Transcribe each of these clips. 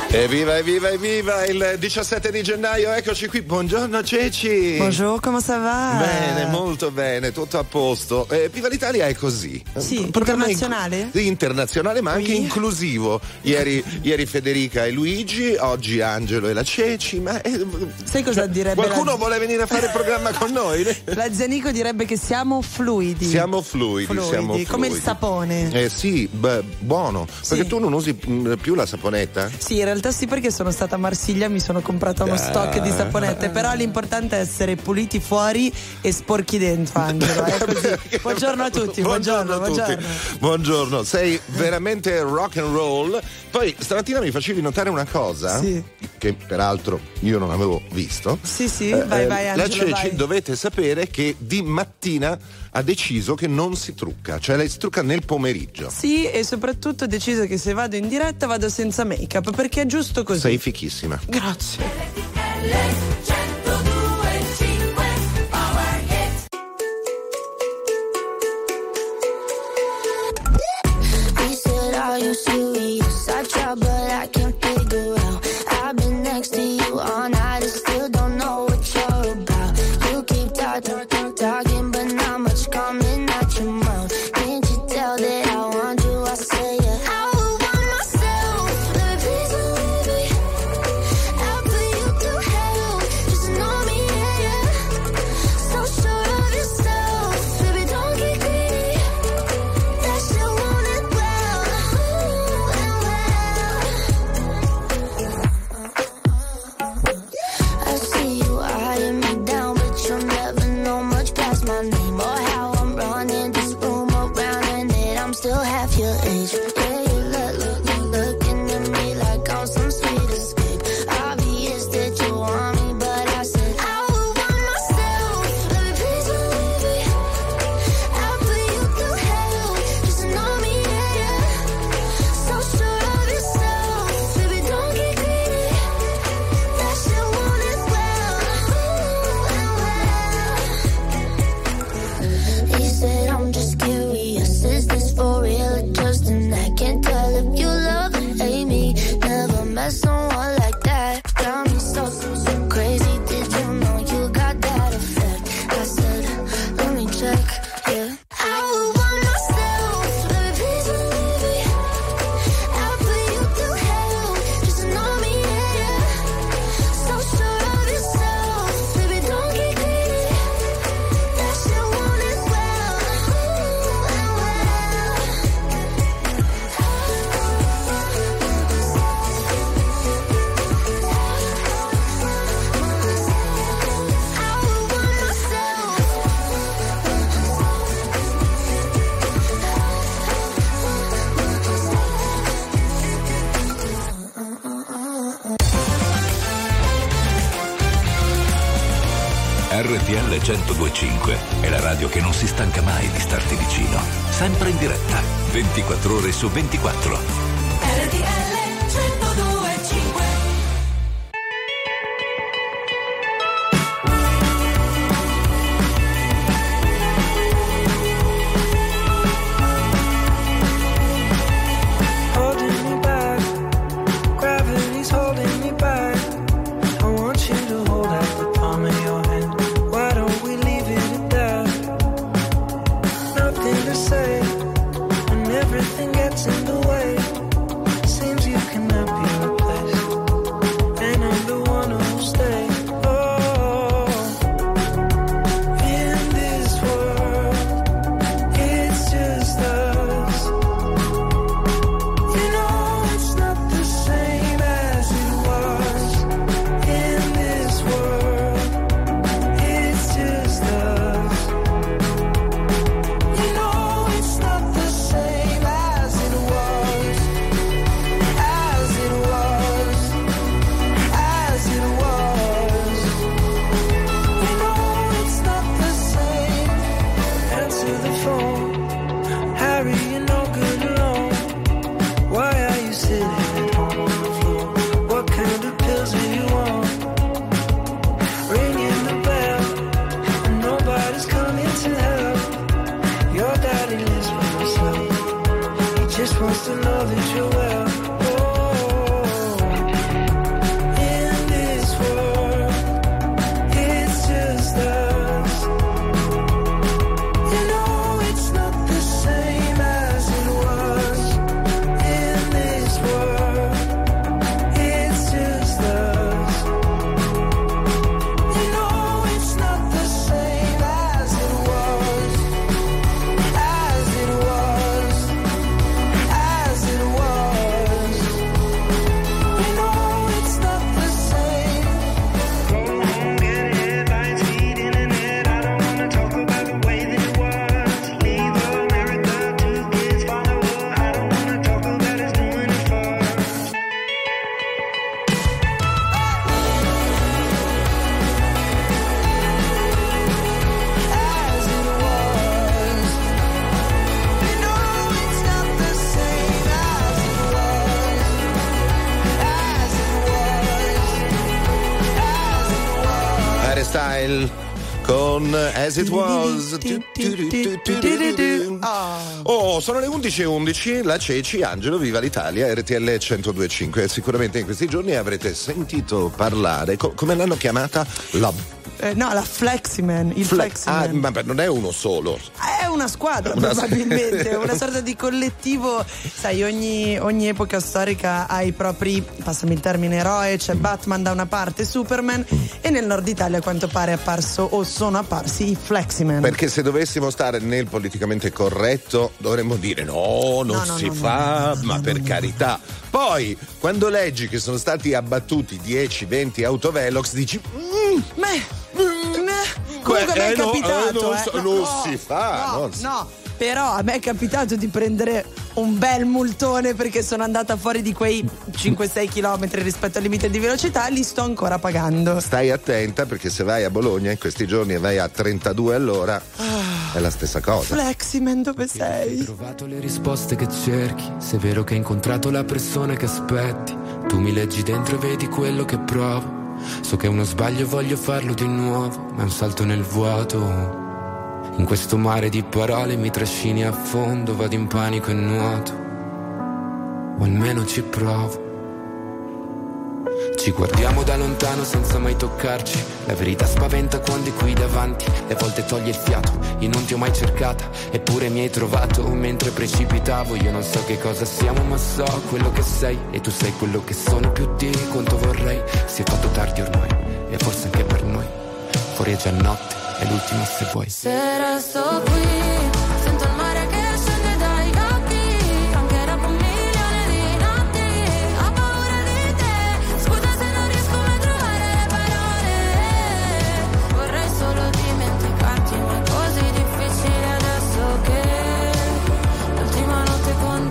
Evviva, evviva, evviva, il 17 di gennaio, eccoci qui, buongiorno Ceci. Bonjour, come ça va? Bene, molto bene, tutto a posto. Viva l'Italia è così. Sì, internazionale? Internazionale ma anche inclusivo. Ieri Federica e Luigi, oggi Angelo e la Ceci, ma sai cosa direbbe? Qualcuno vuole venire a fare il programma con noi? La Zenico direbbe che siamo fluidi. Siamo fluidi. Come il sapone. Sì, buono. Sì. Perché tu non usi più la saponetta? Sì, in realtà sì, perché sono stata a Marsiglia, mi sono comprata uno stock di saponette, però l'importante è essere puliti fuori e sporchi dentro, Angelo. È così. Buongiorno a tutti, buongiorno. Sei veramente rock and roll. Poi stamattina mi facevi notare una cosa, sì, che peraltro io non avevo visto. Sì, vai Angelo, la Ceci, vai. dovete sapere che di mattina ha deciso che non si trucca, cioè lei si trucca nel pomeriggio. Sì, e soprattutto ho deciso che se vado in diretta vado senza make-up, perché è giusto così. Sei fichissima. Grazie. Talking, but not much coming out your mouth. Can't you tell that I want you? I say it. I would want myself. Let me please believe me. I'll put you through hell. Just know me, yeah. So sure of yourself. Baby, don't get greedy. That shit want it well. I see you eyeing me down, but you'll never know much past my name or how I'm running this room around, and that I'm still half your age. Yeah, you looking at me like I'm some sweet escape. Obvious that you want me, but I said I would want myself. Let me please believe me. I'll put you through hell. Just know me, yeah. So sure of yourself. Baby, don't get greedy. That shit want it well. He said, I'm just curious, is this for real or just an act? Can't tell if you love or hate me. Never met someone like that. Got me so crazy. Did you know you got that effect? I said, let me check, yeah. I would want myself. Let me please believe me. I'll put you through hell. Just know me, yeah. So sure of yourself. Baby, don't get greedy. That shit want it well. I would want myself. RTL 102.5 è la radio che non si stanca mai di starti vicino. Sempre in diretta, 24 ore su 24. RTL 102.5. Holding me back, gravity's holding me back. I want you to hold out the palm of your hand. Why don't we leave it at that? Nothing to say when everything gets in the way. Seems you cannot be replaced, and I'm the one who'll stay. Oh, in this world, it's just us. You know it's not the same as it was. In this world, it's just us. You know it's not the same as it was. As it was. As it was. You know it's not the same. Answer the phone. Harry, you're no good alone. Why are you sitting at home on the floor? What kind of pills do you want? Ringing the bell, and nobody's coming to help. Your daddy lives by himself. He just wants to know that you're well. Oh, con As It Was. Oh, sono le 11:11, la Ceci, Angelo, viva l'Italia, RTL 102.5. Sicuramente in questi giorni avrete sentito parlare, come l'hanno chiamata? La Fleximan, il Fleximan. Ma non è uno solo. È una squadra probabilmente, una sorta di collettivo. Sai, ogni epoca storica ha i propri, passami il termine, eroi. C'è Batman da una parte, Superman, e nel nord Italia a quanto pare è apparso o sono apparsi i Fleximan. Perché se dovessimo stare nel politicamente corretto dovremmo dire no, si fa, ma per carità. Poi quando leggi che sono stati abbattuti 10-20 autovelox dici comunque a me è capitato non si fa. No, però a me è capitato di prendere un bel multone perché sono andata fuori di quei 5-6 chilometri rispetto al limite di velocità, li sto ancora pagando. Stai attenta, perché se vai a Bologna in questi giorni e vai a 32 all'ora è la stessa cosa. Fleximan, dove sei? Hai trovato le risposte che cerchi, se è vero che hai incontrato la persona che aspetti, tu mi leggi dentro e vedi quello che provo. So che è uno sbaglio e voglio farlo di nuovo, ma è un salto nel vuoto. In questo mare di parole mi trascini a fondo, vado in panico e nuoto, o almeno ci provo. Ci guardiamo da lontano senza mai toccarci, la verità spaventa quando è qui davanti, e a volte toglie il fiato, io non ti ho mai cercata, eppure mi hai trovato mentre precipitavo. Io non so che cosa siamo ma so quello che sei, e tu sei quello che sono più di quanto vorrei. Si è fatto tardi ormai, e forse anche per noi, fuori è già notte, è l'ultima se vuoi. Se resto qui, sento il mare che scende dai occhi, anche dopo un milione di notti, ho paura di te, scusa se non riesco mai a trovare le parole, vorrei solo dimenticarti, ma è così difficile adesso che l'ultima notte con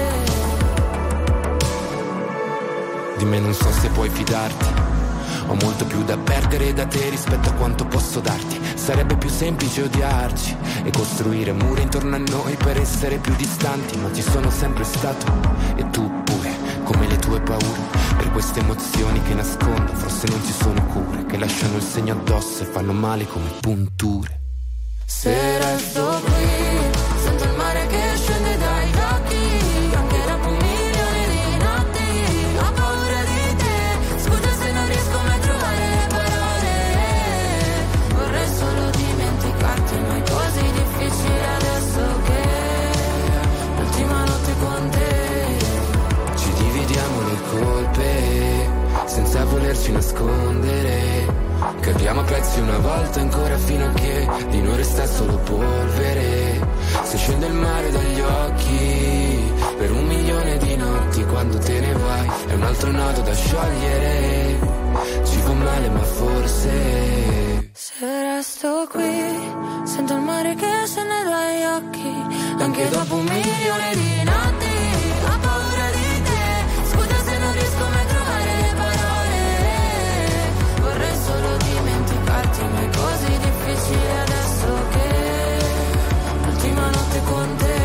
te. Di me non so se puoi fidarti, ho molto più da perdere da te rispetto a quanto posso darti. Sarebbe più semplice odiarci e costruire mura intorno a noi per essere più distanti, ma ci sono sempre stato, e tu pure, come le tue paure. Per queste emozioni che nascondo forse non ci sono cure, che lasciano il segno addosso e fanno male come punture. Se resto qui, sento il mare che scende dai occhi, anche dopo un milione di notti, ho paura di te, scusa se non riesco mai a trovare le parole, vorrei solo dimenticarti, ma è così difficile adesso che l'ultima notte con te. Ci dividiamo le colpe senza volerci nascondere, cadiamo a pezzi una volta ancora fino a che di noi resta solo polvere. Se scende il mare dagli occhi per un milione di notti, quando te ne vai è un altro nodo da sciogliere. Ci fa male ma forse se resto qui, sento il mare che scende dagli occhi, anche dopo un milione di notti, ho paura di te, scusa se non riesco mai a trovare le parole, vorrei solo dimenticarti, ma è così difficile adesso che l'ultima notte con te.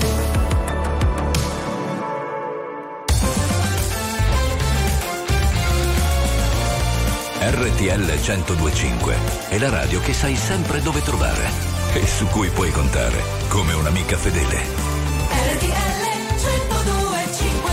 RTL 102.5 è la radio che sai sempre dove trovare e su cui puoi contare come un'amica fedele. RTL 102.5.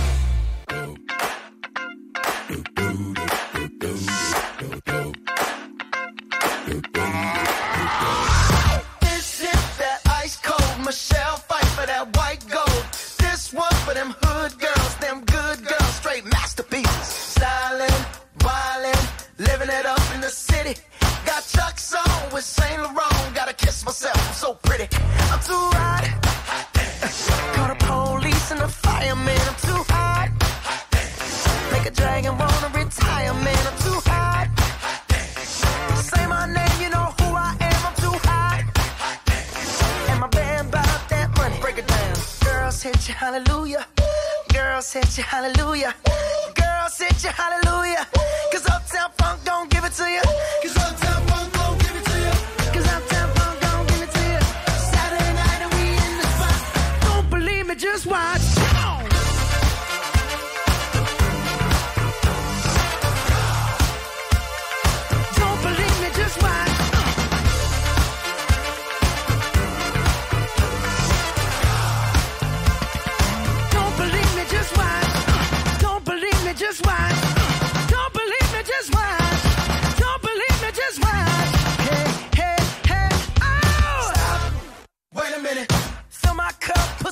This is that ice cold Michelle fight for that white gold. This one for them hood girls, them good girls, straight masterpieces. Stylin', wildin', living it up in the city. Got Chuck's on with Saint Laurent. Gotta kiss myself, I'm so pretty. I'm too hot. Call the police and the fireman. I'm too hot. Make a dragon wanna retire, man. I'm too hot. Say my name, you know who I am. I'm too hot. And my band bought that money. Break it down. Girls hit you, hallelujah. Girls hit you, hallelujah. Girls hit you, hallelujah. Cause Uptown Funk don't give it to you. Cause Uptown Funk don't give it to you. Cause Uptown Funk don't give it to you. Saturday night and we in the spot. Don't believe me, just watch. Don't believe me, just watch.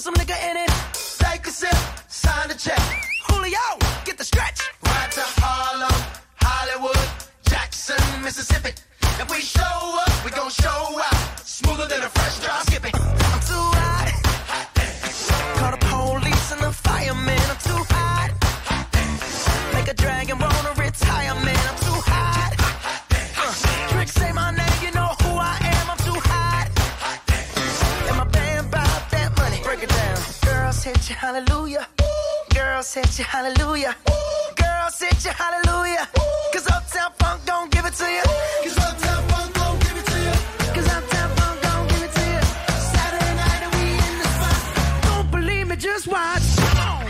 some nigga in it. Take a sip, sign the check. Julio, get the stretch. Right to Harlem, Hollywood, Jackson, Mississippi. If we show up, we gon' show out. Smoother than a fresh drop. Skip it. I'm too hot. Call the police and the fireman. I'm too hot. Make a dragon wanna retire, man. I'm too hot. Tricks say my name, you know who I am. I'm too hot. And my band bought that money. Break it down. Girls hit you, hallelujah. Girls hit you, hallelujah. Girls hit you, hallelujah. Cause Uptown Funk don't give it to you. Cause Uptown Funk don't give it to you. Cause Uptown Funk don't give it to you. Saturday night and we in the spot. Don't believe me, just watch. Come on.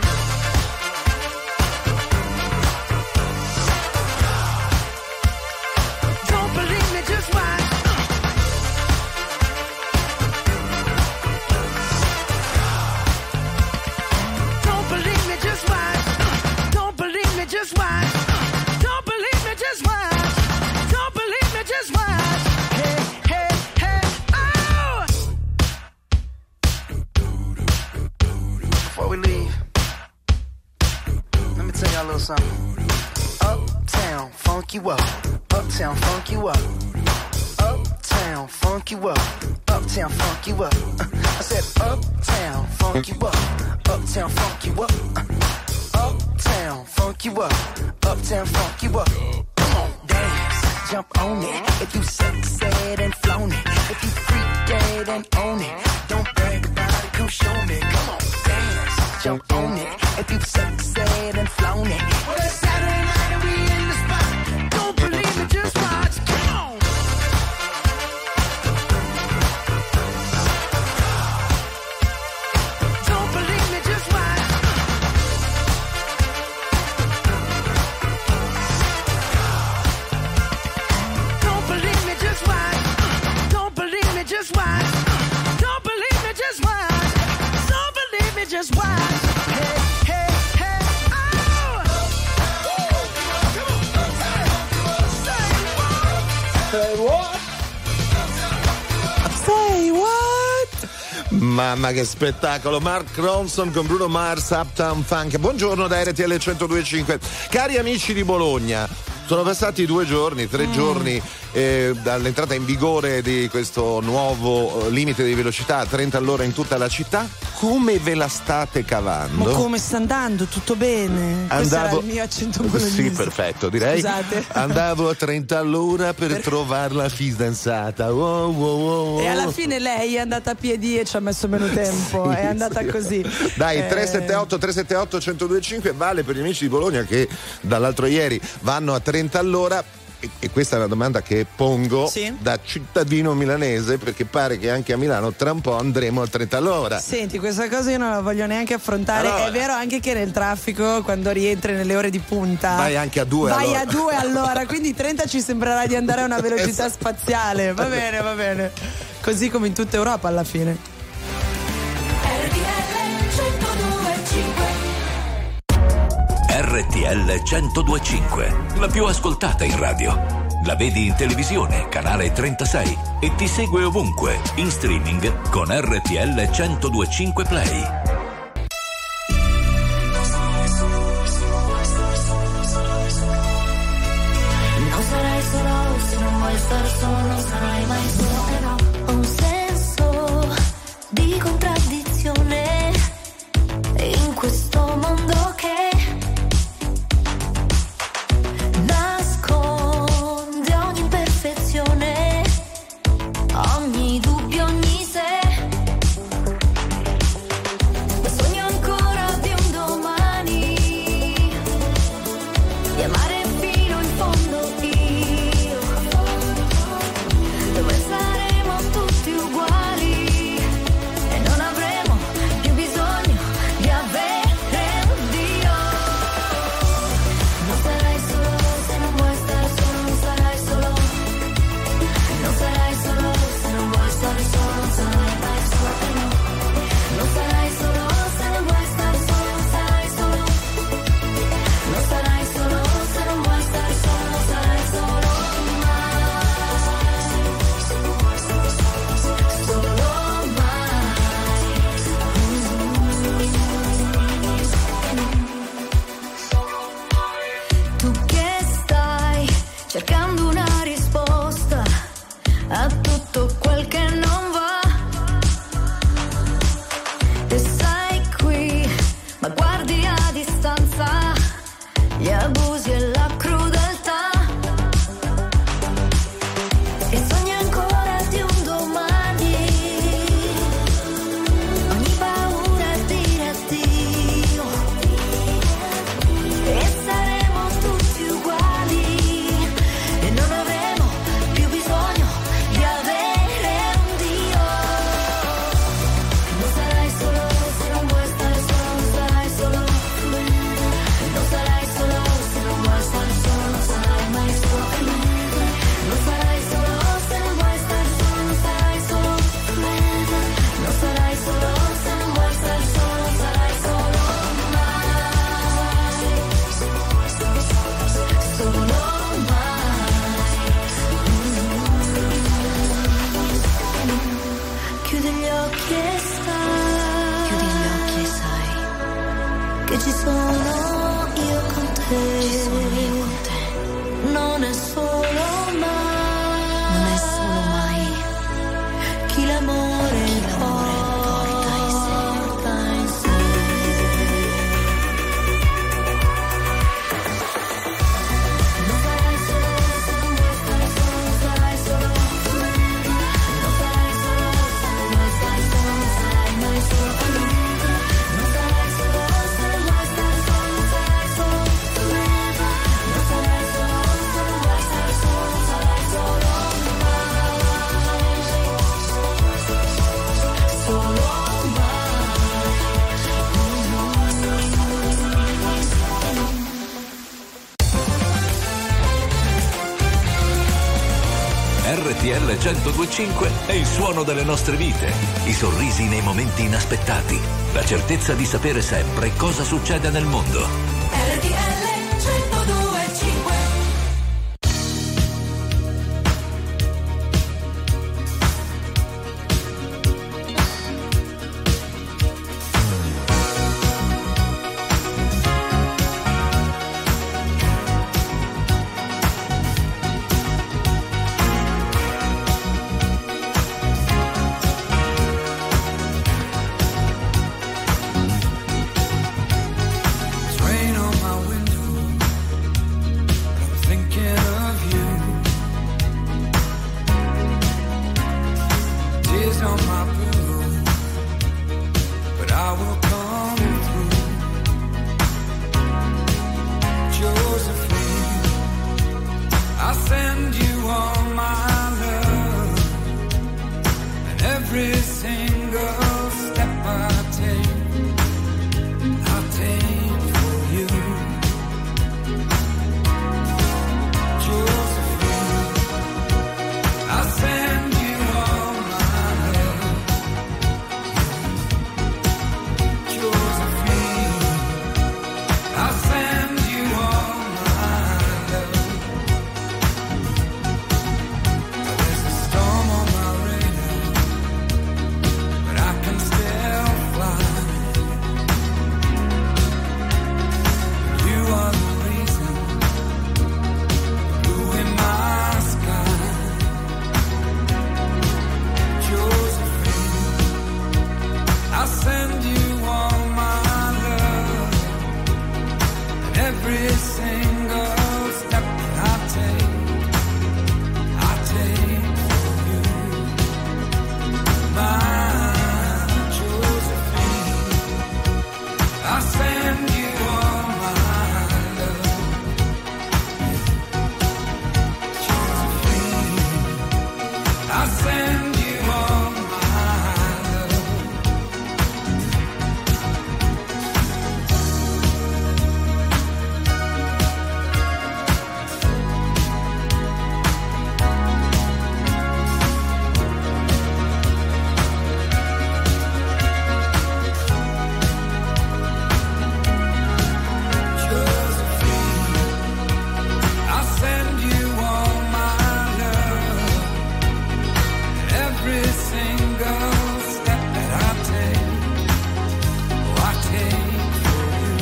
Don't believe me, just watch. Don't believe me, just watch. Don't believe me, just watch. Don't believe me, just watch. Don't believe me, just watch. Hey, hey, hey, oh! Before we leave, let me tell y'all a little something. Uptown, funk you up. Uptown, funk you up. Uptown, funk you up. Uptown, funk you up. I said uptown, funk you up. Uptown, funk you up. Uptown, funk you up. Uptown, funk you up. Come on, dance, jump on it. If you sexed and flown it. If you freak dead and own it. Don't brag about it, come show me. Come on, dance, jump on it. If you sexed and flown it. Well, it's Saturday night and we in the spot. Don't believe me, just watch. Come on. Don't believe me, just watch. Don't believe me, just watch. Don't believe me, just watch. Don't believe me, just watch. Don't believe me, just watch. Hey, hey, hey, oh! Say what? Mamma che spettacolo, Mark Ronson con Bruno Mars, Uptown Funk. Buongiorno da RTL 102.5. Cari amici di Bologna, sono passati 2 giorni, 3 giorni dall'entrata in vigore di questo nuovo limite di velocità a 30 all'ora in tutta la città. Come ve la state cavando? Ma come sta andando? Tutto bene? Questo era il mio accento bolognese. Sì, perfetto, direi. Scusate. Andavo a 30 all'ora per trovare la fidanzata. Wow, wow, wow. E alla fine lei è andata a piedi e ci ha messo meno tempo. Sì, è andata sì. così. Dai, 378 1025 vale per gli amici di Bologna che dall'altro ieri vanno a 30 all'ora. E questa è una domanda che pongo da cittadino milanese, perché pare che anche a Milano tra un po' andremo a 30 all'ora. Senti, questa cosa io non la voglio neanche affrontare. Allora, è vero anche che nel traffico, quando rientri nelle ore di punta, vai anche a 2 vai allora. a 2 all'ora, quindi 30 ci sembrerà di andare a una velocità spaziale. Va bene, va bene. Così come in tutta Europa alla fine. RTL 102.5, la più ascoltata in radio. La vedi in televisione, canale 36 e ti segue ovunque, in streaming con RTL 102.5 Play. Non sarai solo se non vuoi star solo, non sarai mai solo, no. Ho un senso di contraddizione in questo mondo che nasconde ogni imperfezione, ogni dubbio, ogni se. Ma sogno ancora di un domani, di amare fino in fondo io, dove saremo tutti uguali e non ci sono io con te. Non è solo mai chi l'amore porta in sé. Non sarai solo, non sarai solo, non sarai solo, non sarai solo, non sarai mai solo con lui. Non sarai solo, non sarai solo, non sarai solo, non sarai solo, non sarai solo, non sarai solo RTL 102.5 è il suono delle nostre vite, i sorrisi nei momenti inaspettati, la certezza di sapere sempre cosa succede nel mondo. RTL 102.5. Rain on my window, I'm thinking of you. Tears on my pillow, but I will come through. Josephine, I send you all my love, and every single step I take for you. Josephine, I send you all my love. Josephine, I send you all my love. Now there's a storm on my radar, but I can still fly. You are the reason, blue in my sky. Josephine, I send you all my love, and every single step that I take for you. My Josephine, I send you all my love. Josephine, I send you all my love. Josephine, I send you all my love. Every single step that I take for you.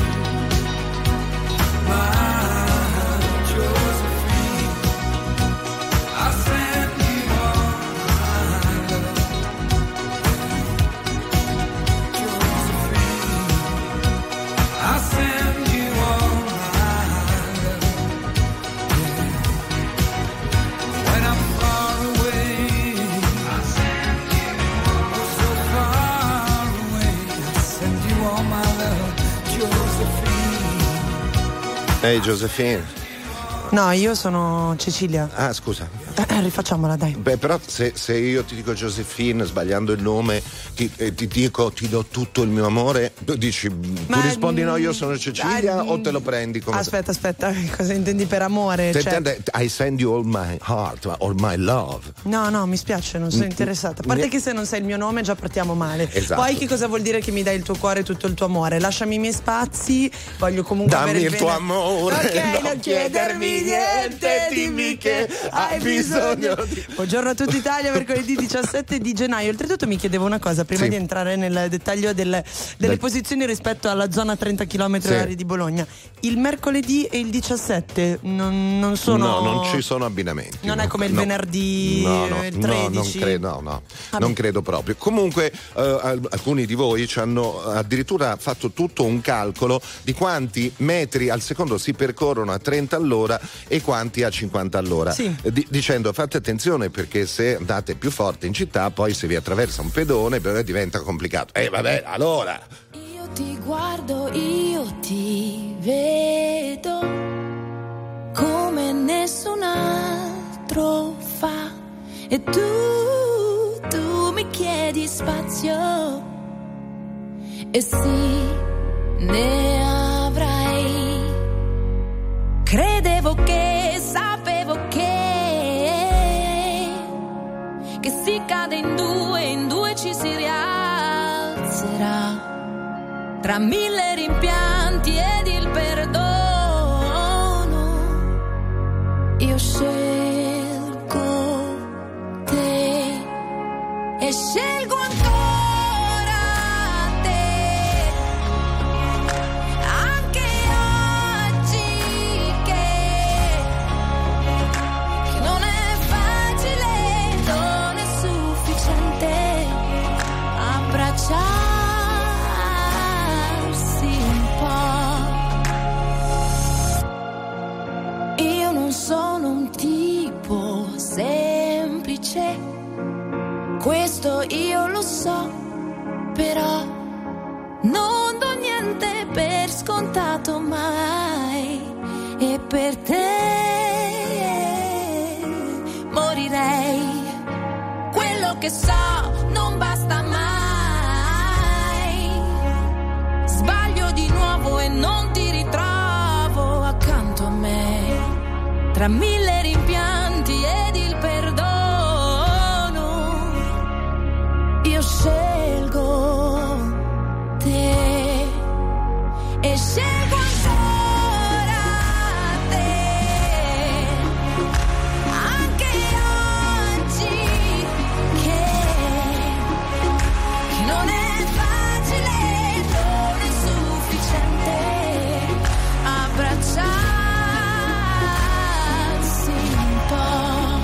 My Josephine, I send you all my love. Josephine, I send you all my love. When I'm far away, I send you so far away. I send you all my love, Josephine. Ehi Josephine. No, io sono Cecilia. Ah, scusa. Rifacciamola, dai. Beh, però se io ti dico Josephine sbagliando il nome, ti dico ti do tutto il mio amore, tu dici, tu rispondi no, io sono Cecilia, o te lo prendi come Aspetta, cosa intendi per amore? se Cioè... intende, I send you all my heart, all my love. No, mi spiace, non sono interessata. A parte che se non sai il mio nome già partiamo male. Esatto. Poi che cosa vuol dire che mi dai il tuo cuore e tutto il tuo amore? Lasciami i miei spazi, voglio comunque Dammi avere il tuo amore, Ok, non chiedermi niente, dimmi che hai bisogno bisogno Buongiorno a tutta Italia, mercoledì 17 di gennaio. Oltretutto mi chiedevo una cosa prima di entrare nel dettaglio delle posizioni rispetto alla zona 30 km orari di Bologna. Il mercoledì e il 17 non sono. No, non ci sono abbinamenti. Non è come il venerdì 13. Non credo proprio. Comunque alcuni di voi ci hanno addirittura fatto tutto un calcolo di quanti metri al secondo si percorrono a 30 all'ora e quanti a 50 all'ora, dicendo fate attenzione perché se andate più forte in città poi se vi attraversa un pedone diventa complicato. Vabbè, allora io ti guardo, io ti vedo come nessun altro fa e tu mi chiedi spazio e sì, ne avrai. Credevo che sapevo che si cade in due ci si rialzerà tra mille rimpianti ed il perdono. Io scelgo te e scelgo ancora te, anche oggi che non è facile, non è sufficiente abbracciarsi un po'. Io non sono un tipo semplice, questo io lo so, però non do niente per scontato mai e per te morirei. Quello che so non basta mai, sbaglio di nuovo e non ti ritrovo accanto a me, tra mille rimpianti ed il perdono. Io scelgo te e scelgo ancora te, anche oggi che non è facile, non è sufficiente abbracciarsi un po'.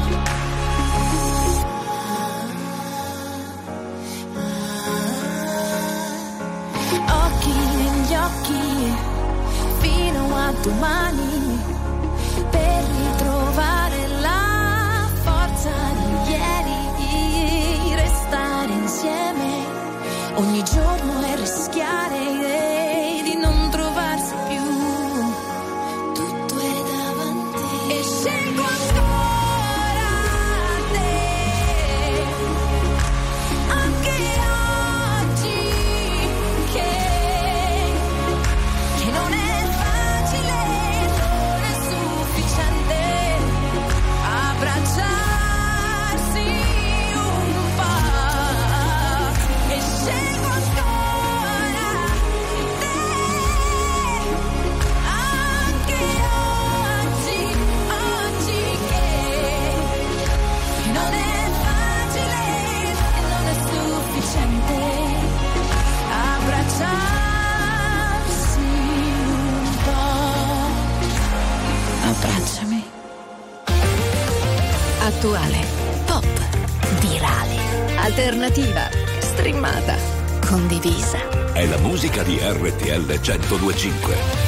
Occhi negli occhi fino a domani per ritrovare la forza di ieri, restare insieme ogni giorno e rischiare di non trovarsi più. Tutto è davanti e scelgo ancora te, anche oggi che non è facile, non è sufficiente abbracciarsi un po' e scelgo ancora te, anche oggi che non è facile e non è sufficiente abbracciarsi un po'. Abbracciami. Attuale, pop, virale, alternativa, streamata, condivisa. È la musica di RTL 102.5.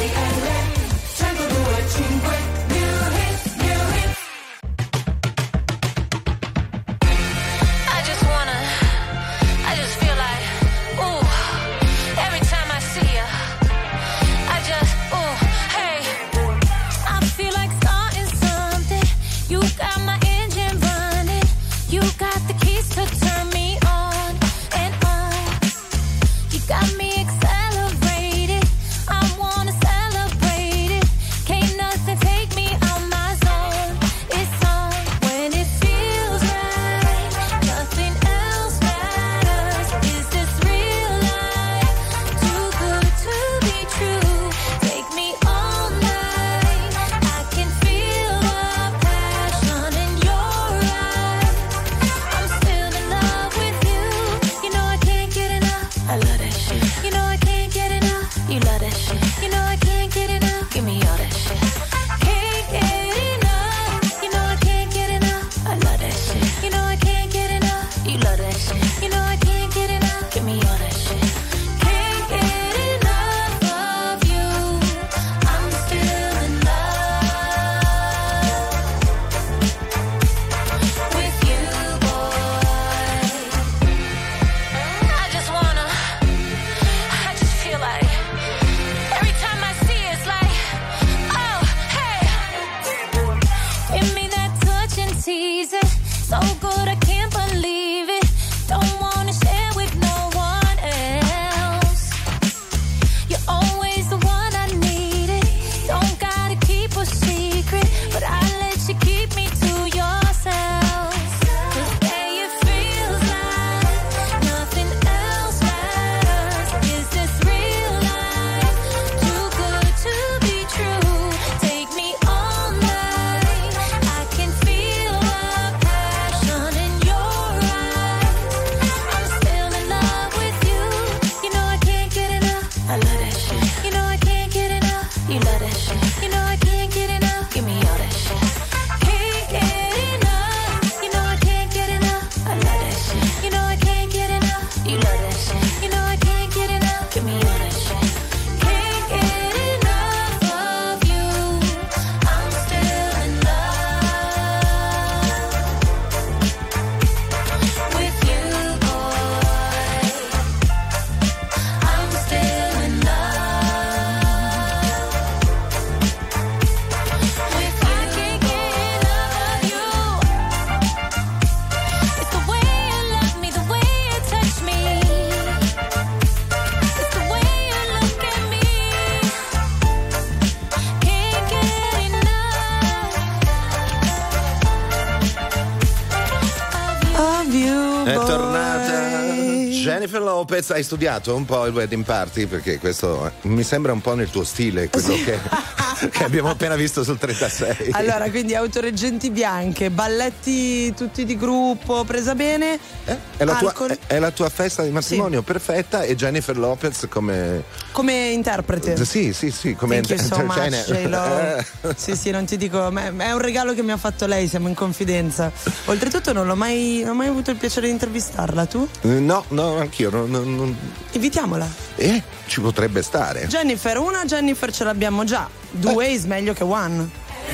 I just feel like, ooh, every time I see ya, I just, ooh, hey, I feel like starting something. You got my engine running, you got the keys to turn me on and on. You got me accelerated, I wanna Lopez, hai studiato un po' il wedding party? Perché questo mi sembra un po' nel tuo stile, quello Sì. che abbiamo appena visto sul 36. Allora, quindi autoreggenti bianche, balletti tutti di gruppo, presa bene. È la, alcol. è la tua festa di matrimonio perfetta e Jennifer Lopez come interprete. Sì, come Thank you so much, J-Lo. Sì, non ti dico, ma è un regalo che mi ha fatto lei, siamo in confidenza. Oltretutto non ho mai avuto il piacere di intervistarla, tu? No, anch'io non... Invitiamola. Ci potrebbe stare. Jennifer, una Jennifer ce l'abbiamo già, due is meglio che one.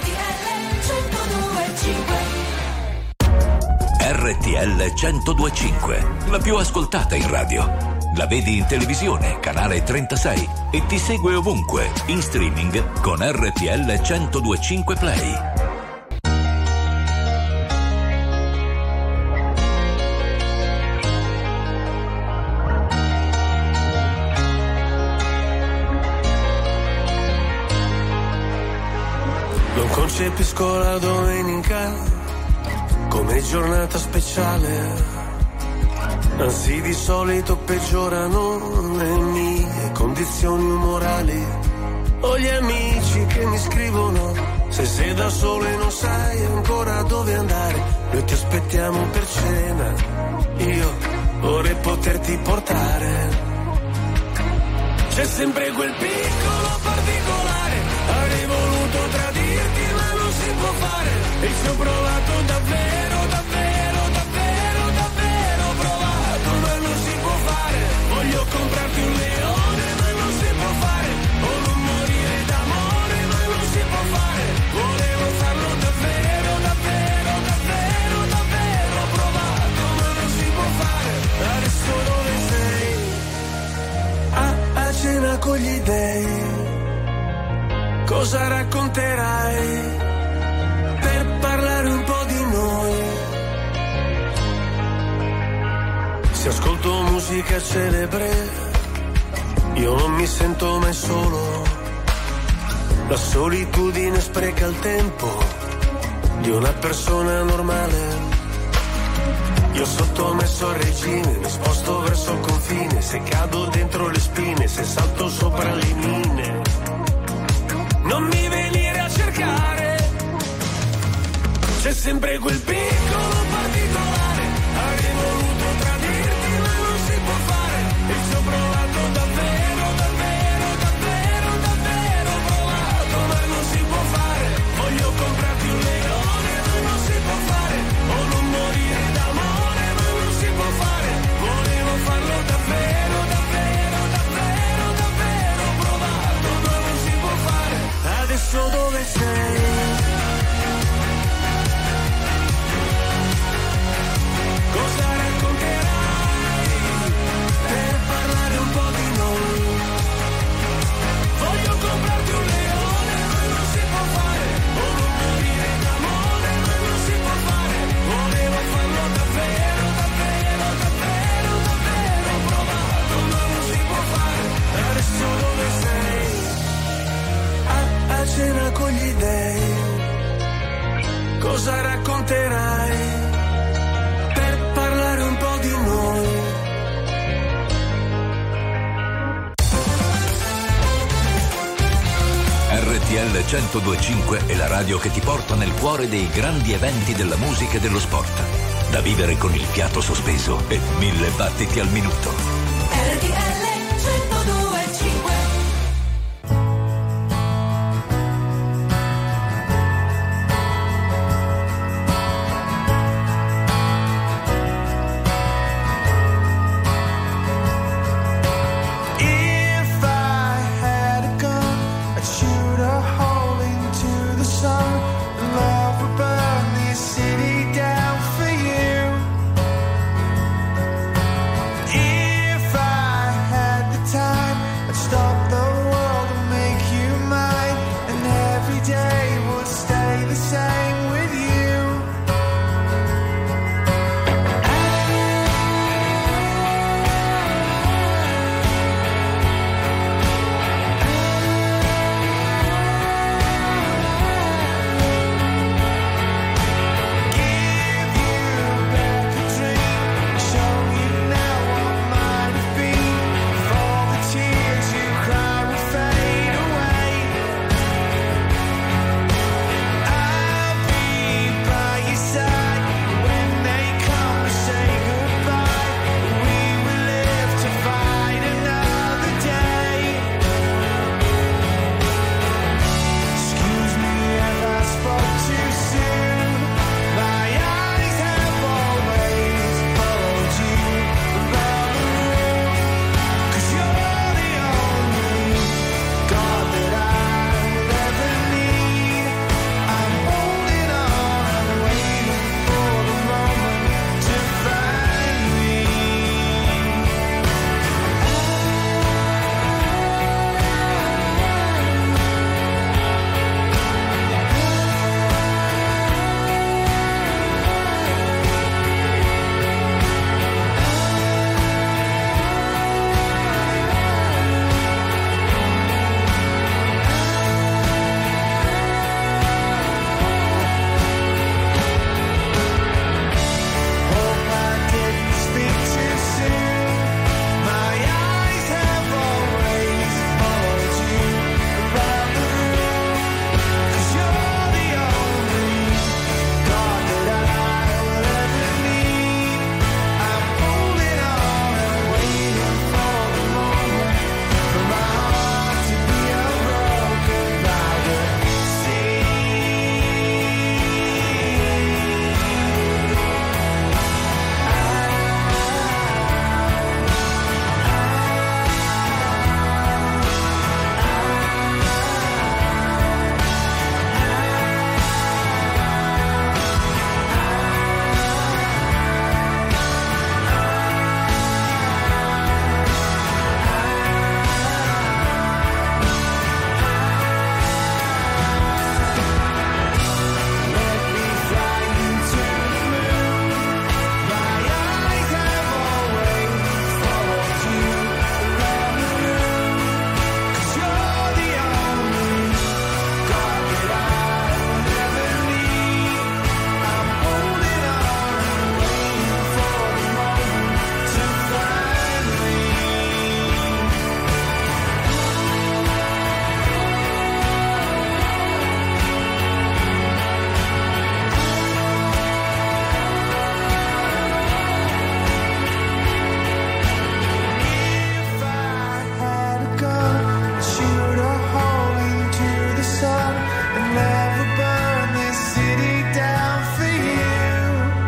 RTL 102.5, la più ascoltata in radio. La vedi in televisione, canale 36 e ti segue ovunque, in streaming con RTL 102.5 Play. Non concepisco la domenica come giornata speciale. Anzi, di solito peggiorano le mie condizioni umorali. Ho gli amici che mi scrivono: se sei da solo e non sai ancora dove andare, noi ti aspettiamo per cena. Io vorrei poterti portare. C'è sempre quel piccolo particolare. Avrei voluto tradirti ma non si può fare. E ci ho provato davvero provato, ma non si può fare. Voglio comprarti un leone ma non si può fare. O non morire d'amore ma non si può fare. Volevo farlo davvero provato, ma non si può fare. Adesso dove sei? A cena con gli dèi. Cosa racconterai per parlare un po' di noi? Se ascolto musica celebre, io non mi sento mai solo. La solitudine spreca il tempo di una persona normale. Io sottomesso al regime, mi sposto verso il confine. Se cado dentro le spine, se salto sopra le mine, non mi venire a cercare. C'è sempre quel piccolo particolare. Avrei voluto tradirti ma non si può fare. E ci ho provato davvero provato, ma non si può fare. Voglio comprarti un leone ma non si può fare. O non morire d'amore ma non si può fare. Volevo farlo davvero provato, ma non si può fare. Adesso dove sei? Cosa racconterai per parlare un po' di noi? Voglio comprarti un leone ma non si può fare. O non morire d'amore ma non si può fare. Volevo farlo davvero provato, ma non si può fare. Adesso dove sei? A cena con gli dèi. Cosa racconterai per parlare un po' di noi? RTL 102.5 è la radio che ti porta nel cuore dei grandi eventi della musica e dello sport. Da vivere con il fiato sospeso e 1000 battiti al minuto. RTL 102.5. If I had a gun, I'd shoot a hole into the sun. Love would burn this city down for you. If I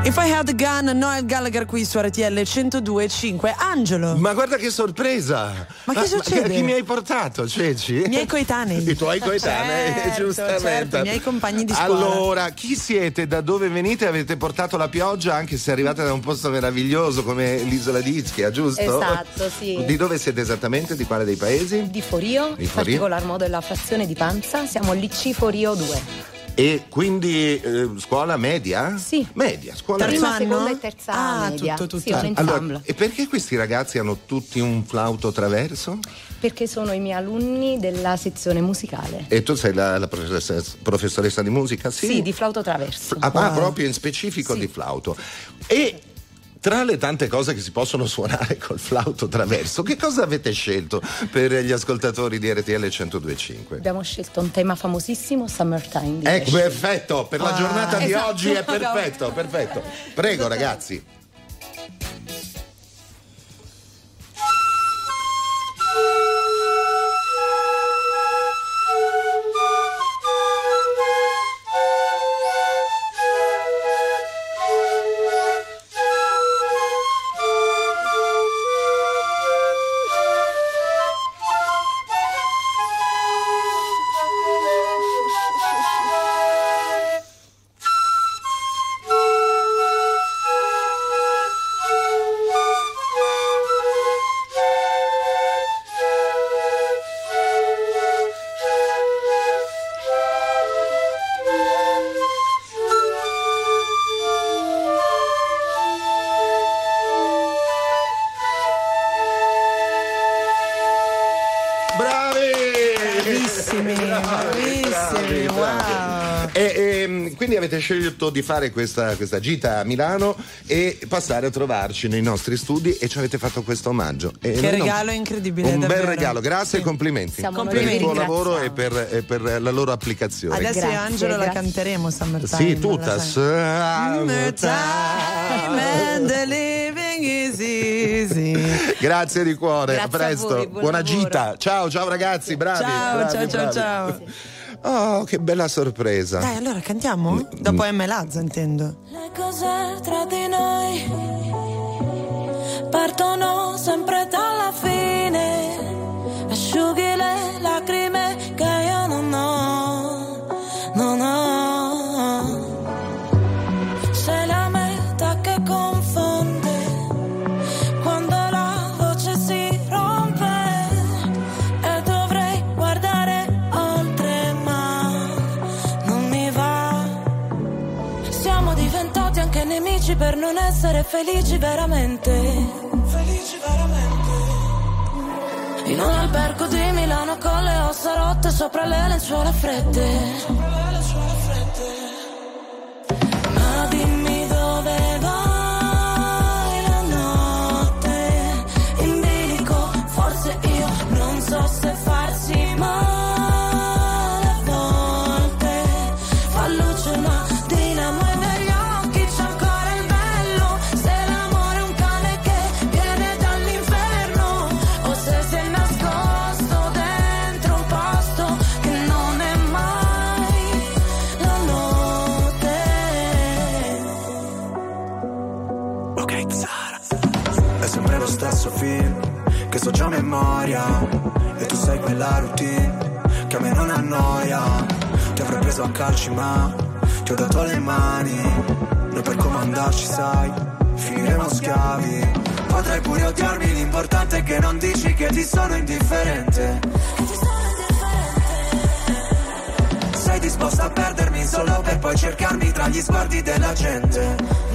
If I Had a Gun, Noel Gallagher qui su RTL 102.5. Angelo. Ma guarda che sorpresa! Ma che succede? Chi mi hai portato, Ceci? I miei coetanei. I tuoi coetanei, Certo, giustamente. certo, i miei compagni di scuola. Allora, chi siete? Da dove venite? Avete portato la pioggia, anche se arrivate da un posto meraviglioso come l'isola di Ischia, giusto? Esatto, sì. Di dove siete esattamente? Di quale dei paesi? Di Forio, in particolar modo della frazione di Panza. Siamo l'IC Forio 2. E quindi scuola media? Sì. Media, scuola Prima, media. seconda e terza media. tutto. Sì, un ensemble. Allora, e perché questi ragazzi hanno tutti un flauto traverso? Perché sono i miei alunni della sezione musicale. E tu sei la professoressa di musica? Sì, di flauto traverso. Proprio in specifico di flauto. E tra le tante cose che si possono suonare col flauto traverso, che cosa avete scelto per gli ascoltatori di RTL 102.5? Abbiamo scelto un tema famosissimo, Summertime. Ecco, perfetto, per la giornata di esatto. oggi è perfetto. Prego ragazzi. Bravissimi, wow. E quindi avete scelto di fare questa gita a Milano e passare a trovarci nei nostri studi e ci avete fatto questo omaggio. Che regalo incredibile, un davvero. bel regalo, grazie e complimenti Siamo per il tuo noi lavoro e per la loro applicazione. Adesso Grazie, Angelo la grazie. canteremo Summertime. Sì, tutta. Summertime and the living is easy. Grazie di cuore, Grazie a presto, a voi, buon buona lavoro. gita. Ciao ragazzi, bravi. Ciao. Oh, che bella sorpresa. Dai, allora cantiamo? Dopo M. Lazza, intendo. Le cose tra di noi partono sempre dalla fine. Asciughi le lacrime che io non ho. Sei la meta che confonde quando la voce si rompe e dovrei guardare oltre ma non mi va. Siamo diventati anche nemici per non essere felici veramente. In un albergo di Milano con le ossa rotte sopra le lenzuola fredde. Ma dimmi dove vai la notte in bilico, forse io non so se farsi male a volte. Fa luce una dinamo e negli occhi c'è ancora il bello. Se l'amore è un cane che viene dall'inferno o se si è nascosto dentro un posto che non è mai la notte. Ok, Zara. È sempre lo stesso film che so già a memoria. E tu sei quella routine che a me non annoia. Ti avrei preso a calci ma ti ho dato le mani. Noi per comandarci sai, finiremo schiavi. Potrai pure odiarmi, l'importante è che non dici che ti sono indifferente. Sei disposta a perdermi solo per poi cercarmi tra gli sguardi della gente.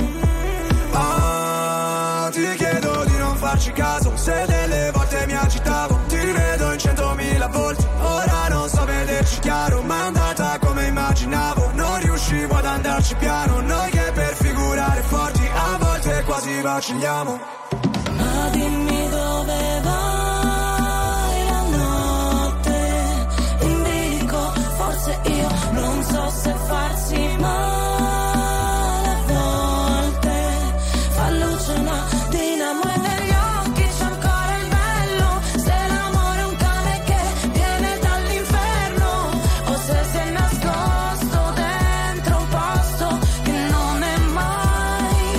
Ti chiedo di non farci caso, se delle volte mi agitavo, ti rivedo in 100.000 volte. Ora non so vederci chiaro, ma è andata come immaginavo. Non riuscivo ad andarci piano, noi che per figurare forti a volte quasi vacilliamo. Ma dimmi dove vai la notte in bilico, forse io non so se farsi male a volte. Fa luce una dinamo e negli occhi c'è ancora il bello. Se l'amore è un cane che viene dall'inferno o se si è nascosto dentro un posto che non è mai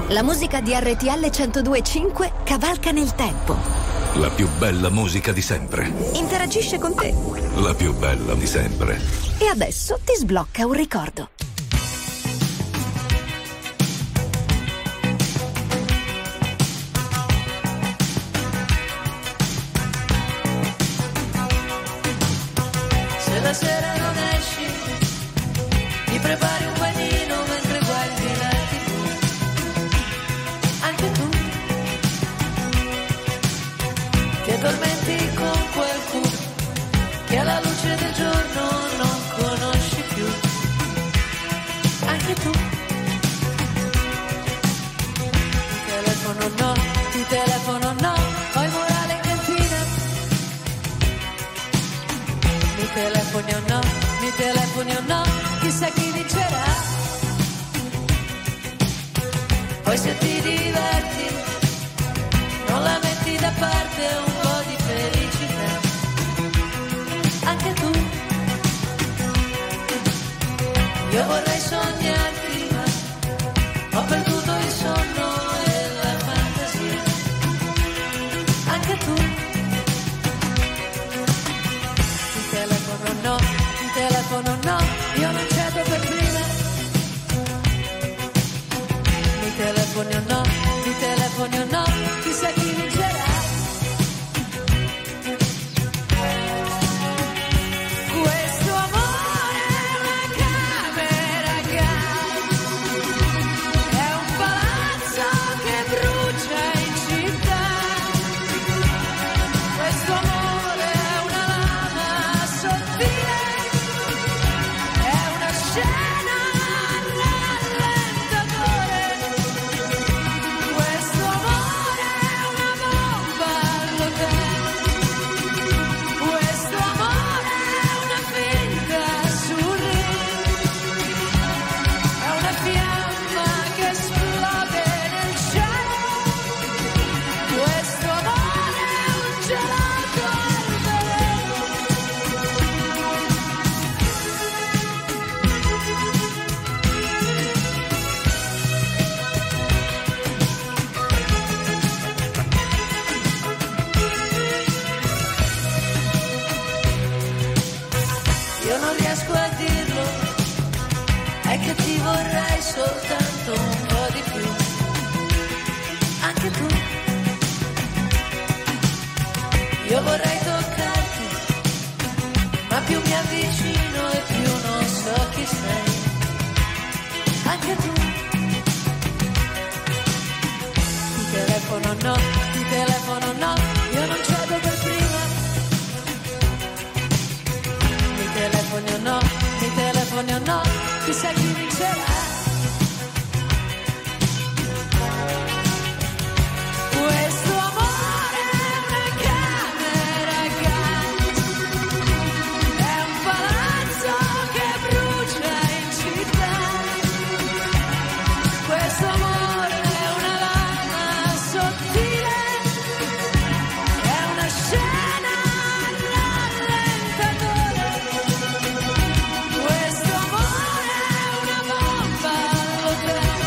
La musica di RTL 102.5 cavalca nel tempo. La più bella musica di sempre. Interagisce con te. La più bella di sempre. E adesso ti sblocca un ricordo. Se la sera non esci, ti prepari un panino mentre guardi la TV. Anche tu, ti addormenti con qualcuno che alla luce del giorno non conosci più. Anche tu, ti telefono no, ho il morale in cantina. Mi telefoni o no, chissà chi vincerà. Poi se ti diverti, non la metti da parte un po' di felicità. Anche tu, io vorrei sognarti, ma ho perduto il sonno e la fantasia. Anche tu, telefono no, io non cedo per prima. Mi telefoni o no, chissà chi vincerà. Questo amore è una camera a gas, è un palazzo che brucia in città. Questo amore è una lama sottile, scena rallentatore. Questo amore è una bomba all'hotel. Questo amore è una finta sul ring, è una fiamma che esplode nel cielo. Questo amore è un gelato al veleno. Io non riesco a dirlo, è che ti vorrei soltanto un po' di più. Anche tu, io vorrei toccarti, ma più mi avvicino e più non so chi sei. Anche tu, ti telefono no, io non cedo per prima. Mi telefoni o no, chissà chi vincerà. Questo amore è una camera a gas, è un palazzo che brucia in città. Questo amore è una lama sottile, è una scena rallentatore. Questo amore è una bomba all'hotel.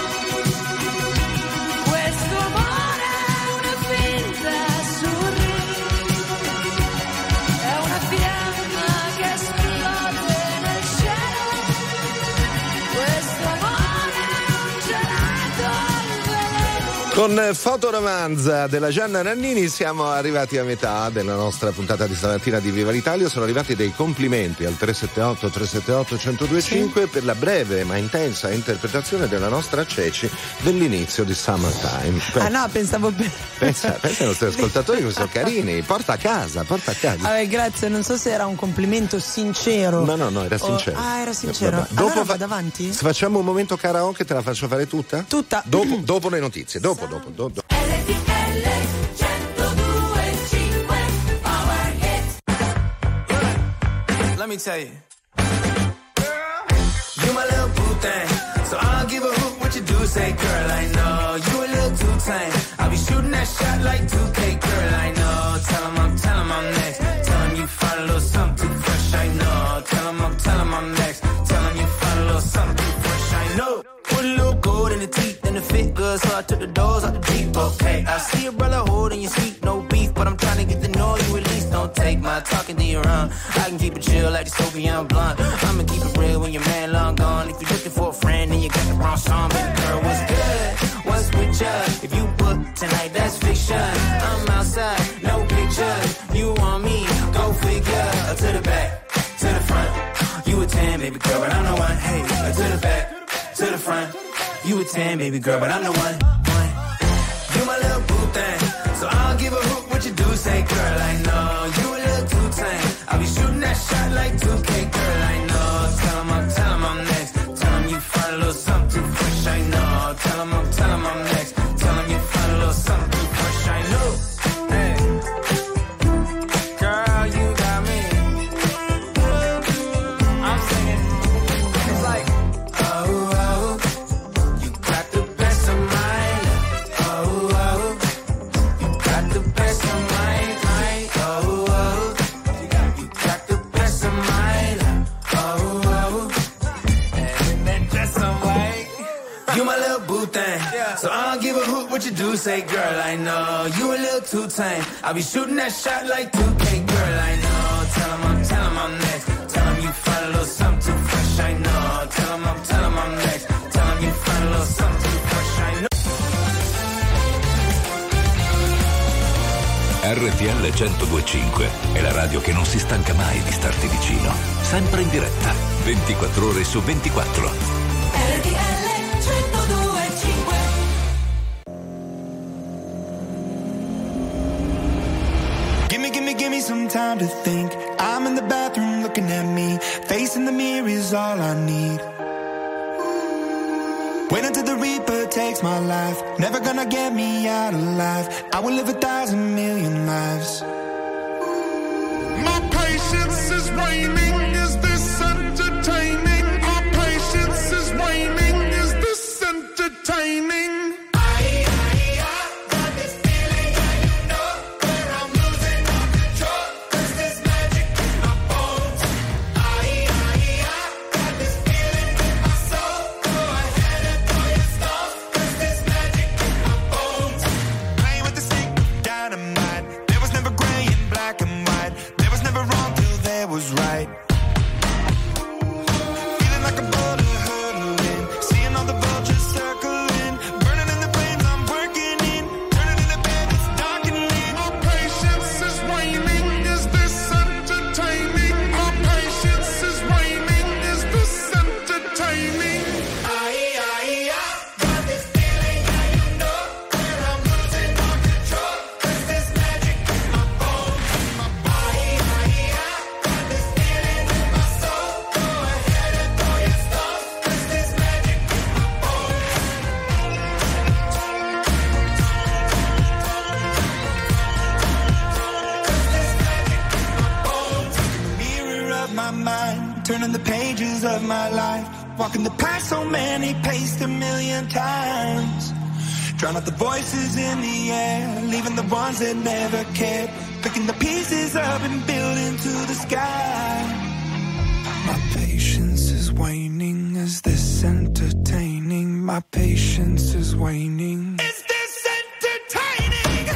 Questo amore è una finta sul ring, è una fiamma che esplode nel cielo. Questo amore è un gelato al veleno. Con Fotoromanza della Gianna Nannini siamo arrivati a metà della nostra puntata di stamattina di Viva l'Italia. Sono arrivati dei complimenti al 378-378-1025 per la breve ma intensa interpretazione della nostra Ceci dell'inizio di Summertime. Ah no, pensavo Pensa ai nostri ascoltatori che sono carini. Porta a casa. Vabbè, grazie, non so se era un complimento sincero. No, era sincero. Era sincero. Dopo allora vado avanti? Se facciamo un momento karaoke, te la faccio fare tutta? Tutta. Dopo le notizie, dopo. Let me tell you, you my little boo thing, so I don't give a hoot what you do. Say, girl, I know you a little too tame. I'll be shooting that shot like 2K, girl, I know. Tell 'em I'm next. Tell 'em you find a little something too fresh, I know. Tell 'em I'm next. Tell 'em you find a little something too fresh, I know. Put a little gold in the teeth and the fit good. good, so I took the doors out the Jeep. Okay, I see a brother holding your seat, no beef, but I'm trying to get to know you at least. Don't take my talking to your own. I can keep it chill like the Soviet blunt. I'ma keep it real when your man long gone. If you're looking for a friend and you got the wrong song, baby girl, what's good? What's with ya? If you book tonight, that's fiction. I'm outside, no pictures. You want me? Go figure. To the back, to the front. You a 10, baby girl, but I'm the one. Hey, to the back, to the front. You a 10, baby girl, but I'm the one. You my little boo thing, so I don't give a hoot what you do. Say, girl, I know you a little too tame. I'll be shooting that shot like 2K, girl, I know. Tell 'em I'm next. Tell 'em you find a little something too fresh, I know. Tell 'em I'm next. Tell 'em you find a little something too fresh, I know. Hey, girl, you got me. I'm singing. It's like, oh, you got the best of mine. Oh, you got the best of mine. Oh, you got the best of mine. Oh, and that dress I'm like, you my little boo thing. So I don't give a hoot what you do. Say, girl, I know you a little too tame. I'll be shooting that shot like 2K, girl, I know. Tell 'em I'm next. Tell 'em you find a little something too fresh, I know. Tell 'em I'm next. Tell 'em you find a little something too fresh, I know. RTL 102.5 è la radio che non si stanca mai di starti vicino. Sempre in diretta, 24 ore su 24. RTL 102.5. Give me some time to think. I'm in the bathroom looking at me. Facing the mirror is all I need. Wait until the Reaper takes my life. Never gonna get me out alive. I will live 1,000,000,000 lives. My patience is waning. Is this entertaining? My patience is waning. Is this entertaining? Was right. Feeling like a boulder hurtling, seeing all the vultures circling, burning in the flames I'm working in, turning in the bed it's darkening. My patience is waning, is this entertaining? My patience is waning, is this entertaining? I got this feeling that you know where I'm losing all control. There's this magic in my bones, in my body. My mind, turning the pages of my life, walking the path so many paced 1,000,000 times, drown out the voices in the air, leaving the ones that never cared, picking the pieces up and building to the sky. My patience is waning. Is this entertaining? My patience is waning. Is this entertaining?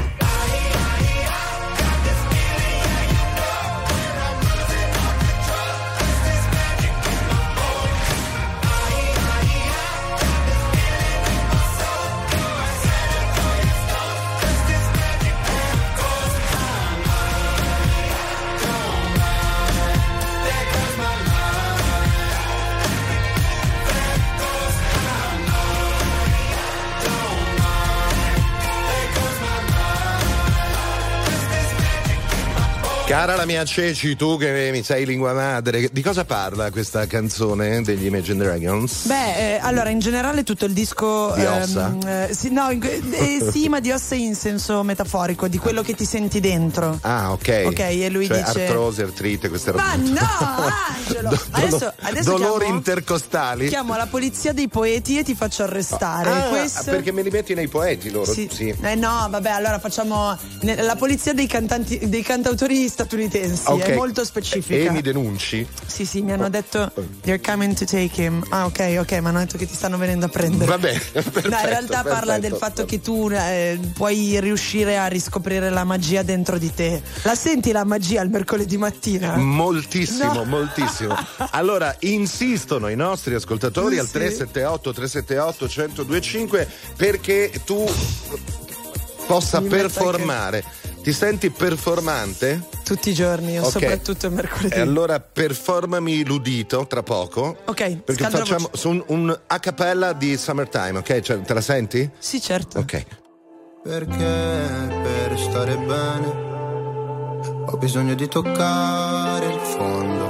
Cara la mia Ceci, tu che mi sei lingua madre, di cosa parla questa canzone degli Imagine Dragons? Beh, allora in generale tutto il disco di ossa? Sì, ma di ossa in senso metaforico, di quello che ti senti dentro. Ah, ok. Ok, e lui cioè, dice artrosi, artrite, queste robe. Ma no, Angelo! adesso dolori chiamo, intercostali. Chiamo la polizia dei poeti e ti faccio arrestare. Questo... perché me li metti nei poeti loro? Sì. Sì. No, vabbè, allora facciamo la polizia dei cantanti, dei cantautori statunitensi, Ok. è molto specifica. E mi denunci? Sì, mi hanno detto they're coming to take him. Ah, ok, ma hanno detto che ti stanno venendo a prendere. Vabbè, perfetto, No, in realtà parla perfetto. del fatto che tu puoi riuscire a riscoprire la magia dentro di te. La senti la magia il mercoledì mattina? Moltissimo, No. moltissimo. Allora, insistono i nostri ascoltatori al Sì. 378 1025 perché tu possa Mi metto performare. Ti senti performante? Tutti i giorni, Ok. soprattutto il mercoledì. E allora performami l'udito tra poco. Ok, Perché scaldo la facciamo voce. su un a cappella di Summertime, ok? Cioè, te la senti? Sì, certo. Ok. Perché per stare bene ho bisogno di toccare il fondo.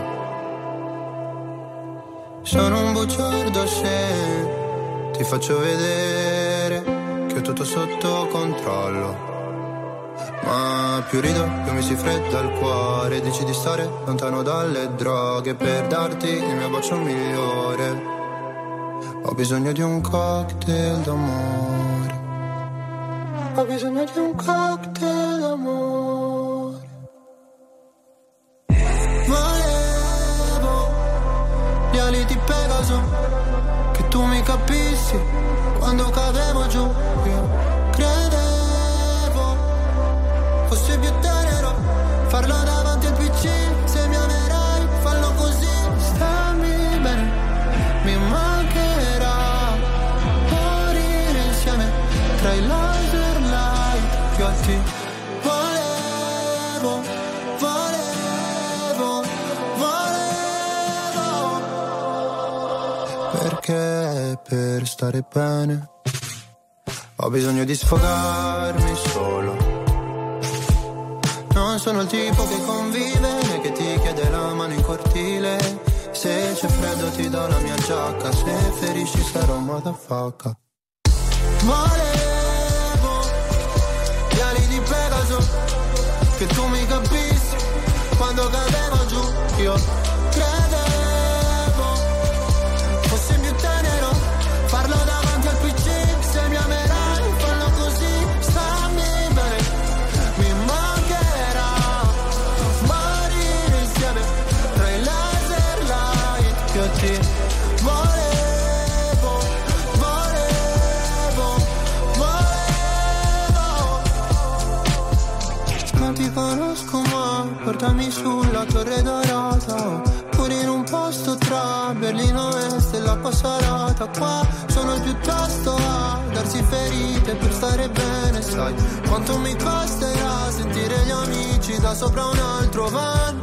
Sono un bugiardo se ti faccio vedere che ho tutto sotto controllo. Ma più rido, più mi si fredda il cuore. Dici di stare lontano dalle droghe per darti il mio bacio migliore. Ho bisogno di un cocktail d'amore. Ho bisogno di un cocktail d'amore. Volevo gli ali di Pegaso, che tu mi capissi quando cadevo giù. Io credevo fosse più tenero farlo davanti al PC. Se mi amerai, fallo così. Stammi bene, mi mancherà morire insieme tra i laser light piatti. Volevo perché per stare bene ho bisogno di sfogarmi solo. Non sono il tipo che convive né che ti chiede la mano in cortile. Se c'è freddo ti do la mia giacca, se ferisci sarò un motherfucker. Volevo gli ali di Pegaso, che tu mi capissi quando cadevo giù. Io credevo fosse più tenero farlo davanti al PC. Se mi amerai, fallo così. Stammi bene, mi mancherà morire insieme tra i laser light che ti volevo. Non ti conosco ma portami sulla Torre Dorata, pure in un posto tra Berlino Est e l'acqua salata. Qua sono piuttosto a darsi ferite per stare bene. Sai quanto mi costerà sentire gli amici da sopra un altro van.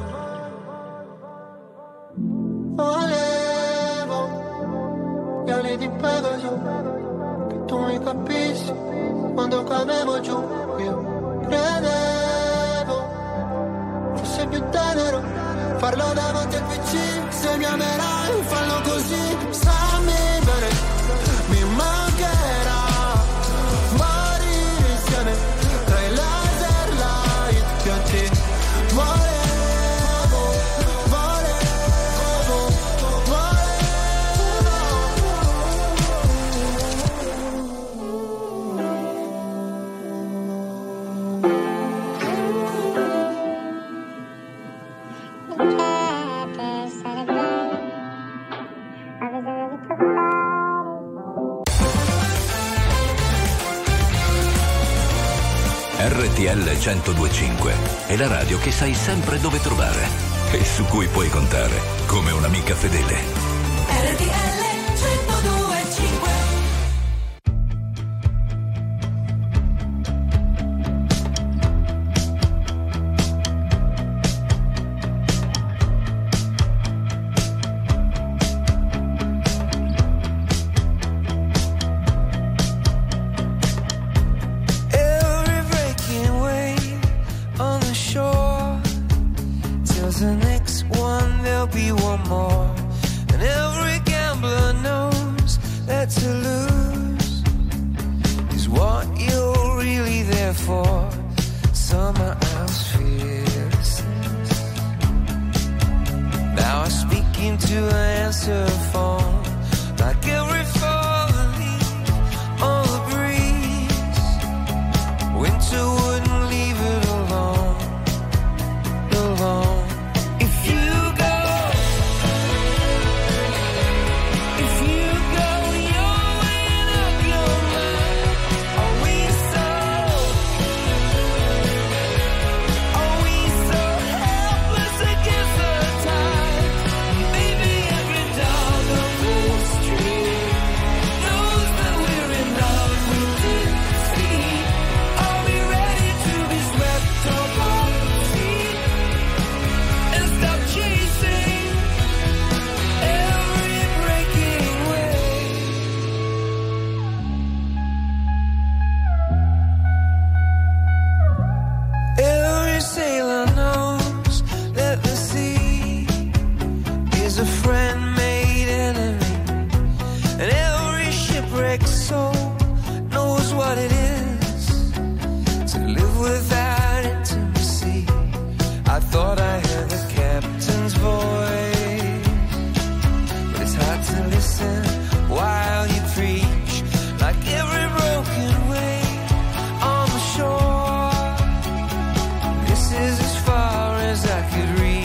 Volevo gli ali di Pegaso, che tu mi capissi quando cadevo giù. Io credevo fosse più tenero farlo davanti al PC. Se mi amerai, fallo così. Stammi bene, mi mancherà morire insieme tra i laser light che a te volevo. RTL 1025 è la radio che sai sempre dove trovare e su cui puoi contare come un'amica fedele. RTL 1025. Every breaking wave on the shore tells the next one there'll be one more. And every what it is to live without intimacy. I thought I heard the captain's voice, but it's hard to listen while you preach, like every broken wave on the shore. This is as far as I could reach.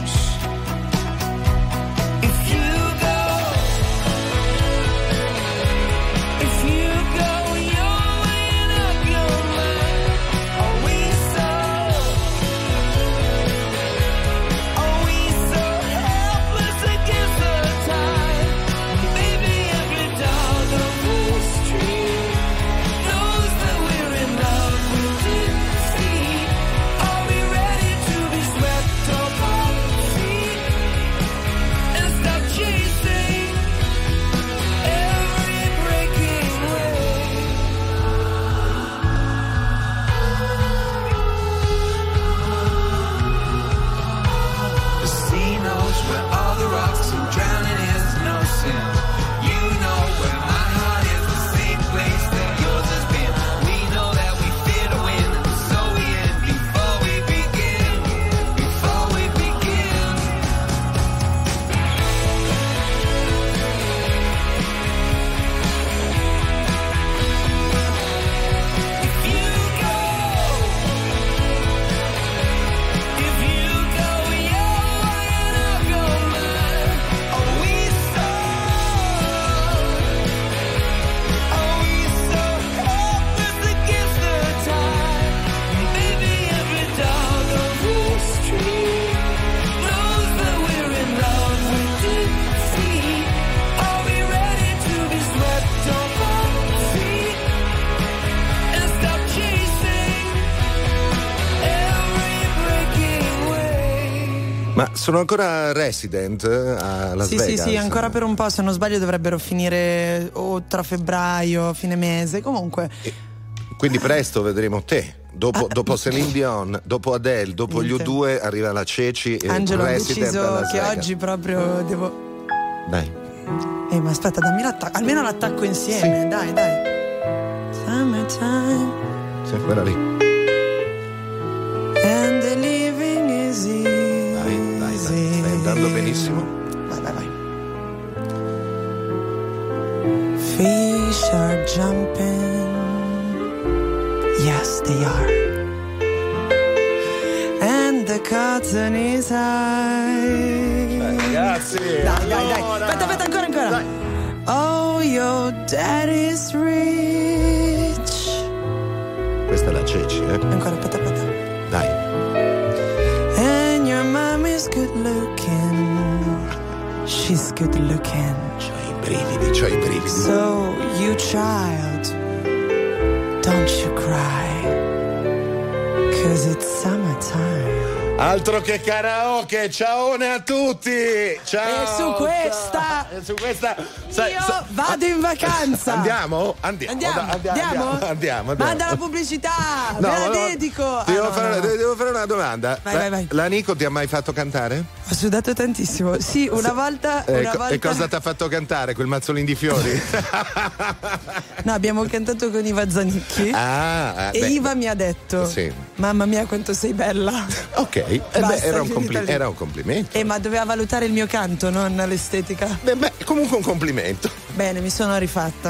Ma sono ancora resident a Las Vegas? Sì, ancora per un po', se non sbaglio dovrebbero finire o tra febbraio, fine mese, comunque. Quindi presto vedremo te. Dopo Celine Dion, dopo Adele, dopo gli U2 arriva la Ceci e Angelo, ho resident deciso Las che Vegas. oggi proprio devo... Dai. Ma aspetta, dammi l'attacco, almeno l'attacco insieme, sì. Dai. Summertime. Sì, quella lì. And the living is easy. Dai, stai andando benissimo. Vai. Fish are jumping. Yes, they are. And the cotton is high. Ragazzi. Dai. Aspetta, ancora. Dai. Oh, your daddy's rich. Questa è la Ceci, Ancora, aspetta. Dai. And your mom is good looking. She's good looking. C'hai i brividi. So, you child, don't you cry, 'cause it's summertime. Altro che karaoke, ciaone a tutti! Ciao! E su questa io vado in vacanza. Andiamo? Manda la pubblicità, me la dedico. Devo fare una domanda. Vai. La Nico ti ha mai fatto cantare? Ho sudato tantissimo. Sì, una volta. E cosa ti ha fatto cantare? Quel mazzolino di fiori? No, abbiamo cantato con Iva Zanicchi. Iva mi ha detto: sì. Mamma mia, quanto sei bella. Ok. Era un complimento. Ma doveva valutare il mio canto, non l'estetica. Comunque un complimento. Bene, mi sono rifatta.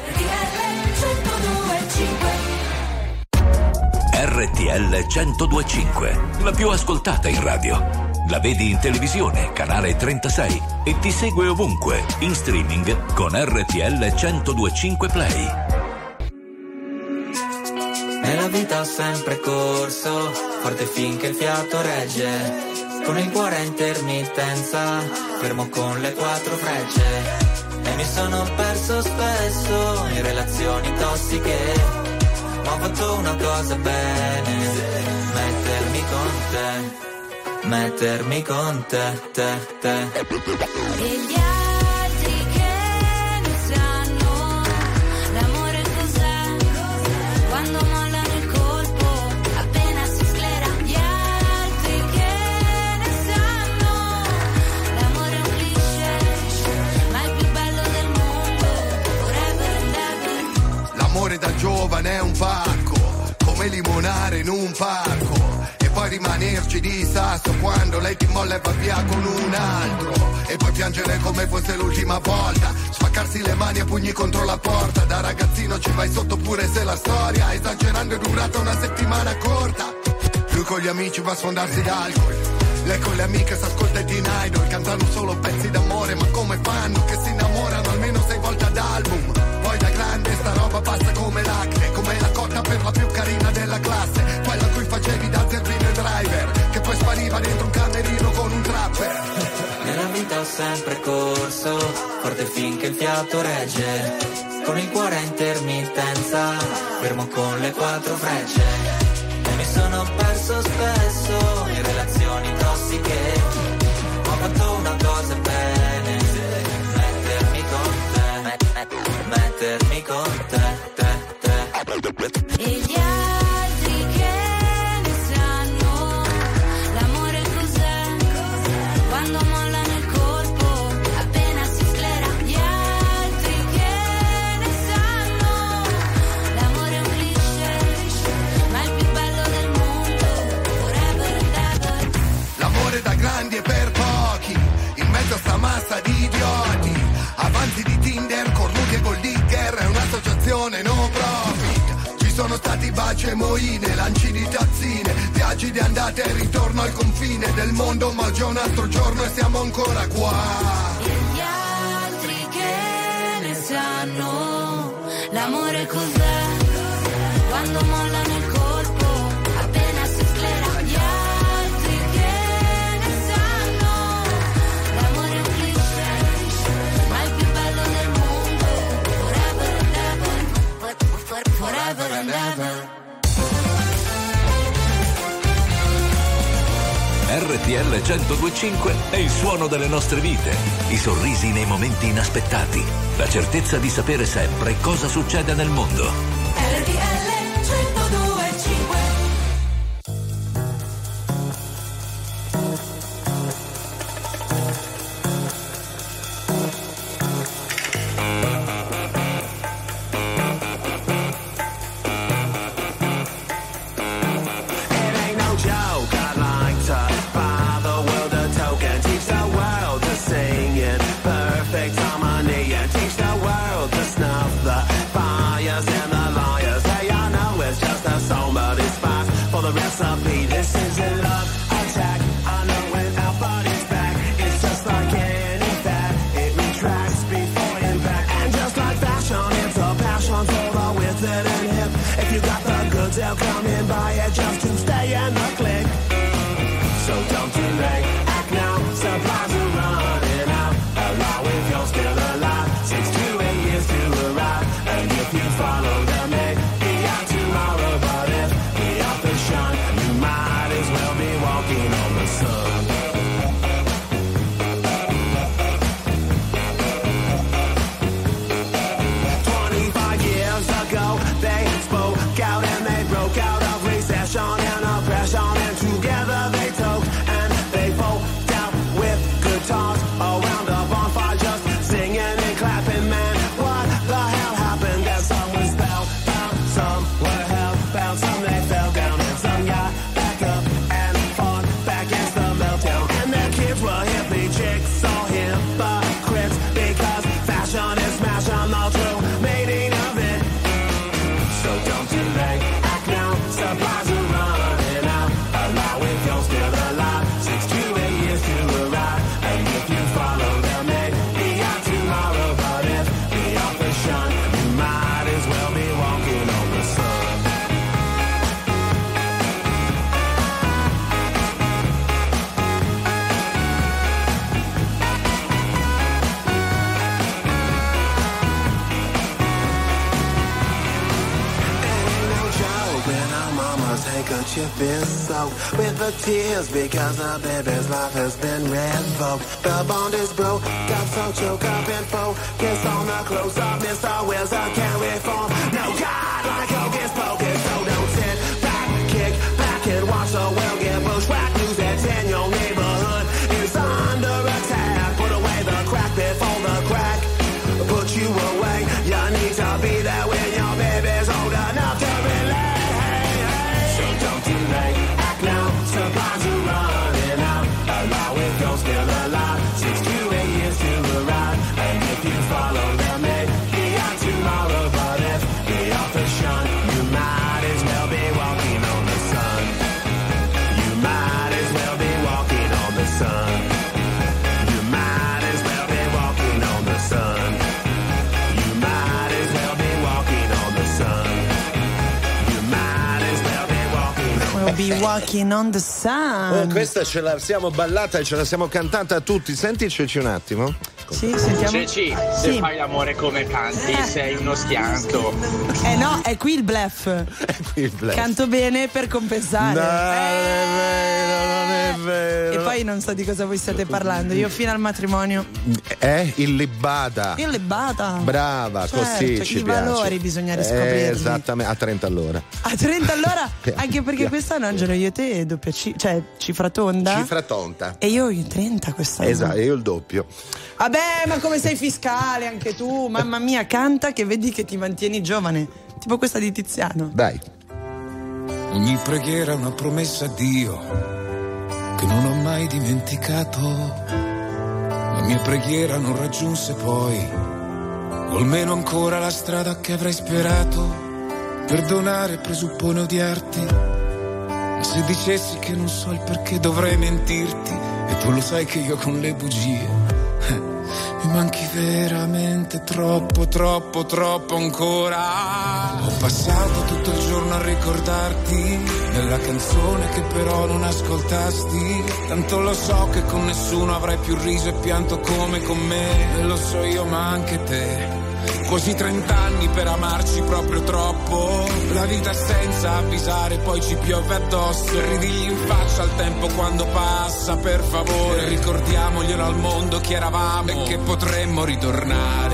RTL 102.5, la più ascoltata in radio. La vedi in televisione, canale 36, e ti segue ovunque, in streaming con RTL 102.5 Play. Nella vita ho sempre corso, forte finché il fiato regge, con il cuore a intermittenza, fermo con le 4 frecce. E mi sono perso spesso in relazioni tossiche, ma ho fatto una cosa bene, mettermi con te. E gli altri che ne sanno, l'amore cos'è, quando mollano il colpo, appena si sclera. Gli altri che ne sanno, l'amore è un cliché, ma il più bello del mondo, forever and ever. L'amore da giovane giovane è un pacco, come limonare in un parco, e poi rimanerci di sasso quando lei ti molla e va via con un altro, e poi piangere come fosse l'ultima volta, spaccarsi le mani a pugni contro la porta. Da ragazzino ci vai sotto pure se la storia esagerando è durata una settimana corta. Lui con gli amici va a sfondarsi d'alcol, lei con le amiche s'ascolta Teen Idol, cantano solo pezzi d'amore, ma come fanno che si innamorano almeno 6 volte ad album. Poi da grande sta roba passa come l'acne, come la cotta per la più carina della classe, quella a cui facevi da zerbino e driver, che poi spariva dentro un camerino con un trapper. Nella vita ho sempre corso, forte finché il fiato regge, con il cuore a intermittenza, fermo con le 4 frecce. E mi sono perso spesso in relazioni tossiche, ho fatto una cosa bene, mettermi con te. E gli altri che ne sanno, l'amore cos'è, quando mollano il colpo, appena si sclera. Gli altri che ne sanno, l'amore è un cliché, ma il più bello del mondo, forever and ever. L'amore da grandi e per pochi, in mezzo a sta massa di idioti, avanzi di Tinder, cornuti e gold digger, è un'associazione no profit. Ci sono stati baci e moine, lanci di tazzine, viaggi di andata e ritorno al confine del mondo, ma già un altro giorno e siamo ancora qua. E gli altri che ne sanno, l'amore cos'è, quando mollano il colpo, appena si sclera. Gli altri che ne sanno, l'amore è un cliché, ma il più bello del mondo, forever and ever, forever and ever. RTL 102.5 è il suono delle nostre vite, i sorrisi nei momenti inaspettati, la certezza di sapere sempre cosa succede nel mondo. RTL 102.5. Recipe, this is a love attack. I know when our body's back, it's just like any fat. It retracts before impact, and just like fashion, it's a passion for the withered and hip. If you got the goods, they'll come and buy it just to stay in the clique. So don't delay, act now. Supplies are running out. Allow if you're still alive. 6 to 8 years to arrive, and if you follow the may be out tomorrow, but if we are the shine, you might as well be walking on the sun. handkerchief is soaked with the tears because the baby's life has been revoked. The bond is broke, got so choke up and focus on the close up. Mr. Wills, I can't reform. No God like hocus pocus, so don't sit back, kick back and watch the world get bushwhacked. News that's in your neighborhood is under attack. Put away the crack before the crack put you away. You need to be there when your baby's old enough. Be Walking on the Sun. Questa ce la siamo ballata e ce la siamo cantata tutti. Sentici un attimo. Sì, sentiamo. Ceci, se fai l'amore come canti, sei uno schianto. No, è qui il bluff. Canto bene per compensare. Non è vero. E poi non so di cosa voi state parlando. Io fino al matrimonio. Il libbada. Il libbada. Brava, certo, così ci i piace. valori bisogna riscoprirli. Esattamente, a 30 all'ora. A 30 all'ora? Anche perché quest'anno, Angelo, io e te doppia cioè cifra tonda. Cifra tonta. E io in 30 quest'anno. Esatto, io il doppio. Vabbè, ma come sei fiscale anche tu? Mamma mia, canta che vedi che ti mantieni giovane. Tipo questa di Tiziano. Dai. Ogni preghiera è una promessa a Dio che non ho mai dimenticato. La mia preghiera non raggiunse poi, o almeno ancora la strada che avrei sperato. Perdonare presuppone odiarti, ma se dicessi che non so il perché dovrei mentirti, e tu lo sai che io con le bugie mi manchi veramente troppo, troppo, troppo ancora. Ho passato tutto il giorno a ricordarti nella canzone che però non ascoltasti. Tanto lo so che con nessuno avrai più riso e pianto come con me, e lo so io ma anche te. Quasi 30 anni per amarci proprio troppo. La vita senza avvisare poi ci piove addosso. Ridigli in faccia al tempo quando passa, per favore. Ricordiamoglielo al mondo chi eravamo e che potremmo ritornare.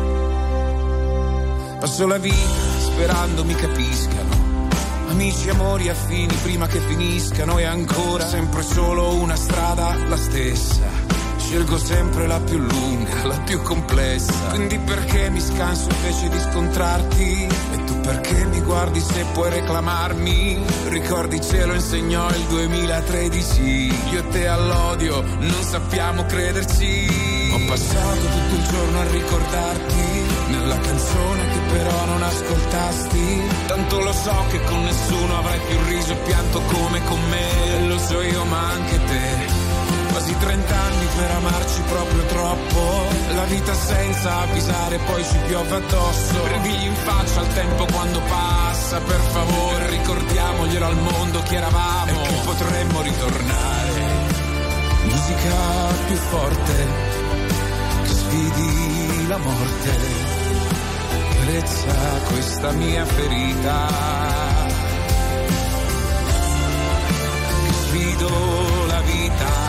Passo la vita sperando mi capiscano, amici, amori, affini prima che finiscano. E ancora sempre solo una strada, la stessa. Scelgo sempre la più lunga, la più complessa. Quindi perché mi scanso invece di scontrarti? E tu perché mi guardi se puoi reclamarmi? Ricordi ce lo insegnò il 2013. Io e te all'odio non sappiamo crederci. Ho passato tutto il giorno a ricordarti nella canzone che però non ascoltasti. Tanto lo so che con nessuno avrai più riso e pianto come con me. E lo so io ma anche te. Quasi 30 anni per amarci proprio troppo. La vita senza avvisare poi ci piove addosso. Ridigli in faccia al tempo quando passa, per favore. Ricordiamoglielo al mondo chi eravamo e che potremmo ritornare. Musica più forte che sfidi la morte. Carezza questa mia ferita che sfido la vita.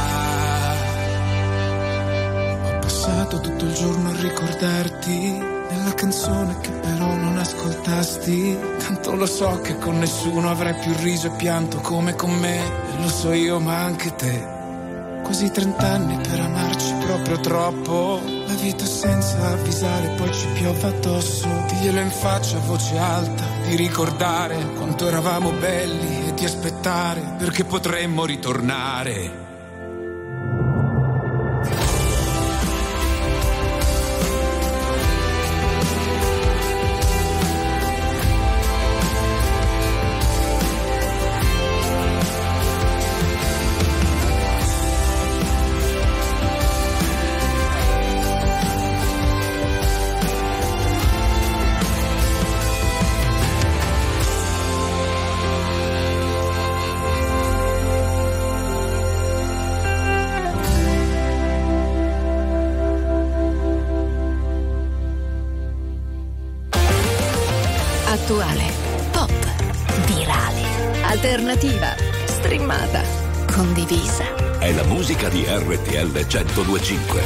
Ho passato tutto il giorno a ricordarti nella canzone che però non ascoltasti. Tanto lo so che con nessuno avrai più riso e pianto come con me, e lo so io ma anche te. Quasi 30 anni per amarci proprio troppo. La vita senza avvisare poi ci piove addosso. Diglielo in faccia a voce alta, di ricordare quanto eravamo belli e di aspettare perché potremmo ritornare. Attuale, pop, virale, alternativa, streamata, condivisa. È la musica di RTL 102.5.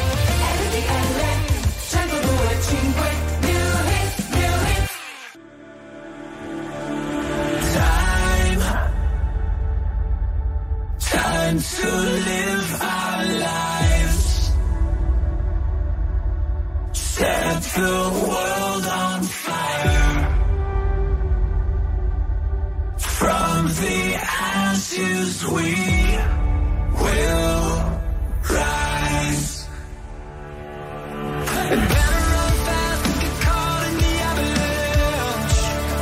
Time to live our lives. Set the world on fire. From the ashes we will rise. And better run fast and get caught in the avalanche.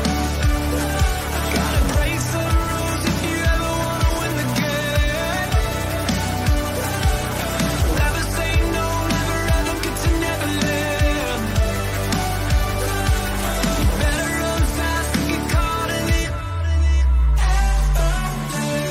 Gotta break some rules if you ever wanna win the game. Never say no, never ever get to Neverland. You better run fast and get caught in the avalanche.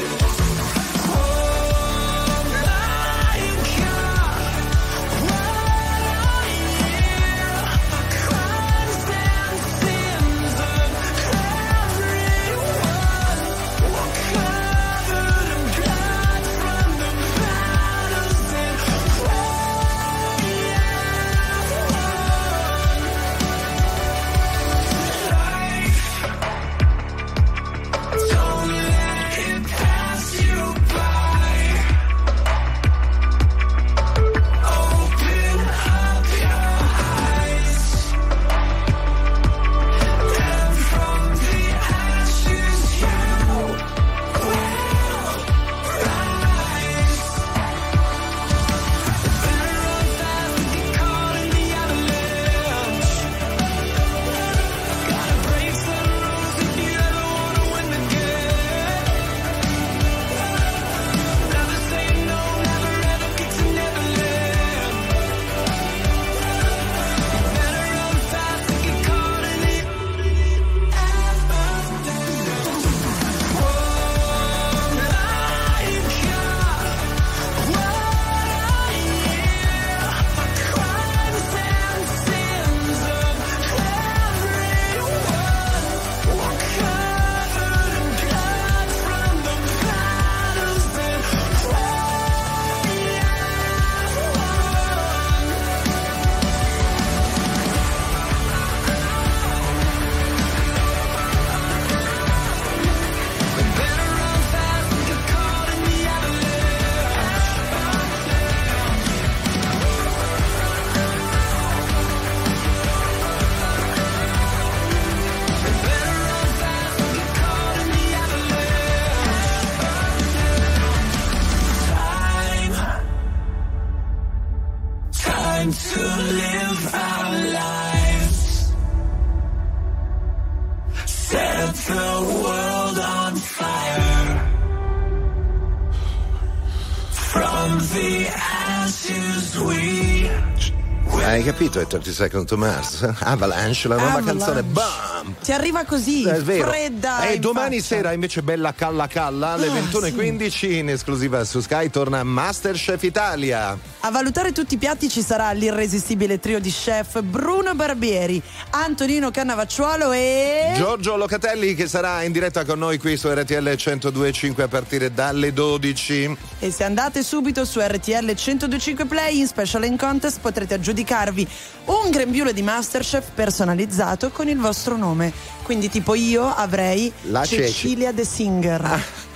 the ashes we. Hai capito? È 30 Seconds to Mars. Avalanche, la nuova canzone. Bam! Ti arriva così, è vero. fredda. E domani sera invece bella calla alle 21:15 sì. in esclusiva su Sky torna Masterchef Italia. A valutare tutti i piatti ci sarà l'irresistibile trio di chef Bruno Barbieri, Antonino Cannavacciuolo e Giorgio Locatelli, che sarà in diretta con noi qui su RTL 102.5 a partire dalle 12. E se andate subito su RTL 102.5 Play in Special and Contest potrete aggiudicarvi un grembiule di Masterchef personalizzato con il vostro nome. Quindi tipo io avrei la Cecilia The Singer.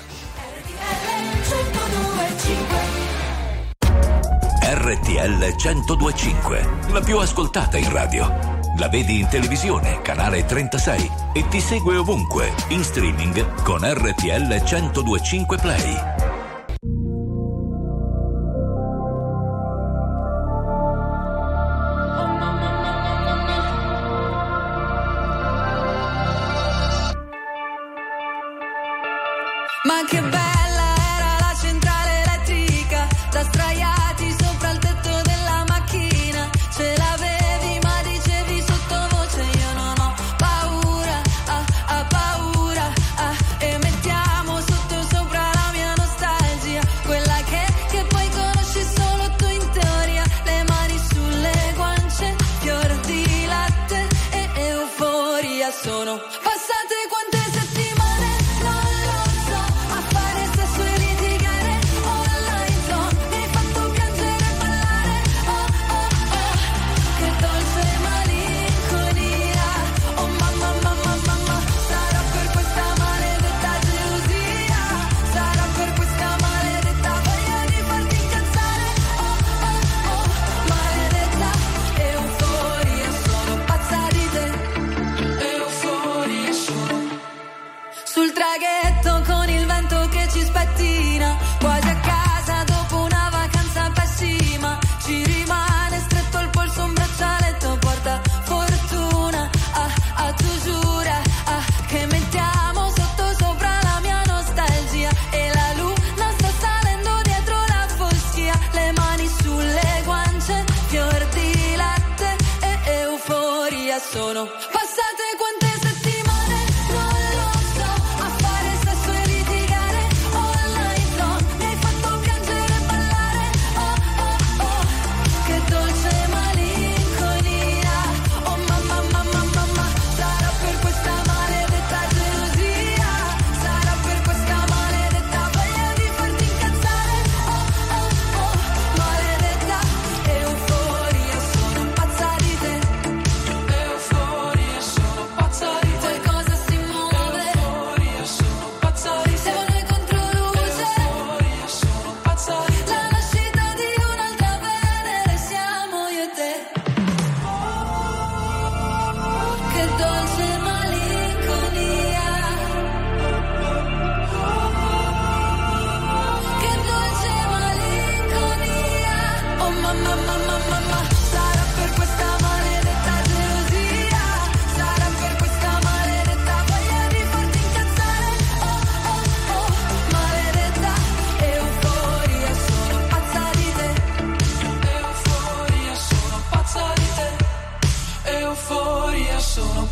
RTL 102.5, la più ascoltata in radio. La vedi in televisione, canale 36 e ti segue ovunque, in streaming con RTL 102.5 Play. Ma che bella era la centrale elettrica, da sdraiati sopra il tetto della macchina. Ce l'avevi ma dicevi sottovoce io non ho paura, paura, e mettiamo sotto sopra la mia nostalgia, quella che poi conosci solo tu in teoria. Le mani sulle guance, fior di latte e euforia. Sono passate quante settimane, non lo so, a fare sesso e litigare online zone. Mi hai fatto piangere e ballare, oh oh oh, che dolce malinconia. Oh mamma, mamma, mamma, sarà per questa maledetta gelosia, sarà per questa maledetta voglia di farti incazzare, oh oh oh, maledetta euforia. Sono pazza di te, euforia sono. Sul traghetto con il vento che ci spettina, quasi a casa dopo una vacanza pessima. Ci rimane stretto il polso, un braccialetto porta fortuna. Tu giura che mettiamo sotto sopra la mia nostalgia, e la luna sta salendo dietro la foschia. Le mani sulle guance, fior di latte e euforia. Sono passate quante settimane, non lo so, a fare sesso e litigare online zone. Mi hai fatto piangere e ballare, oh oh oh, che dolce malinconia. Oh mamma, mamma, mamma, sarà per questa maledetta gelosia, sarà per questa maledetta voglia di farti incazzare, oh oh oh, maledetta euforia. Sono pazza di te, euforia, sono pazza di te. Qualcosa si muove, euforia, sono pazza di te. Siamo noi contro luce, euforia, sono pazza di te. La nascita di un'altra Venere siamo io e te. Che dolce malinconia, che dolce malinconia. Oh mamma, mamma, mamma, sarà per questa maledetta gelosia, sarà per questa maledetta voglia di farti incazzare, oh oh oh, maledetta euforia. Sono pazza di te, euforia, sono pazza di te, euforia sono.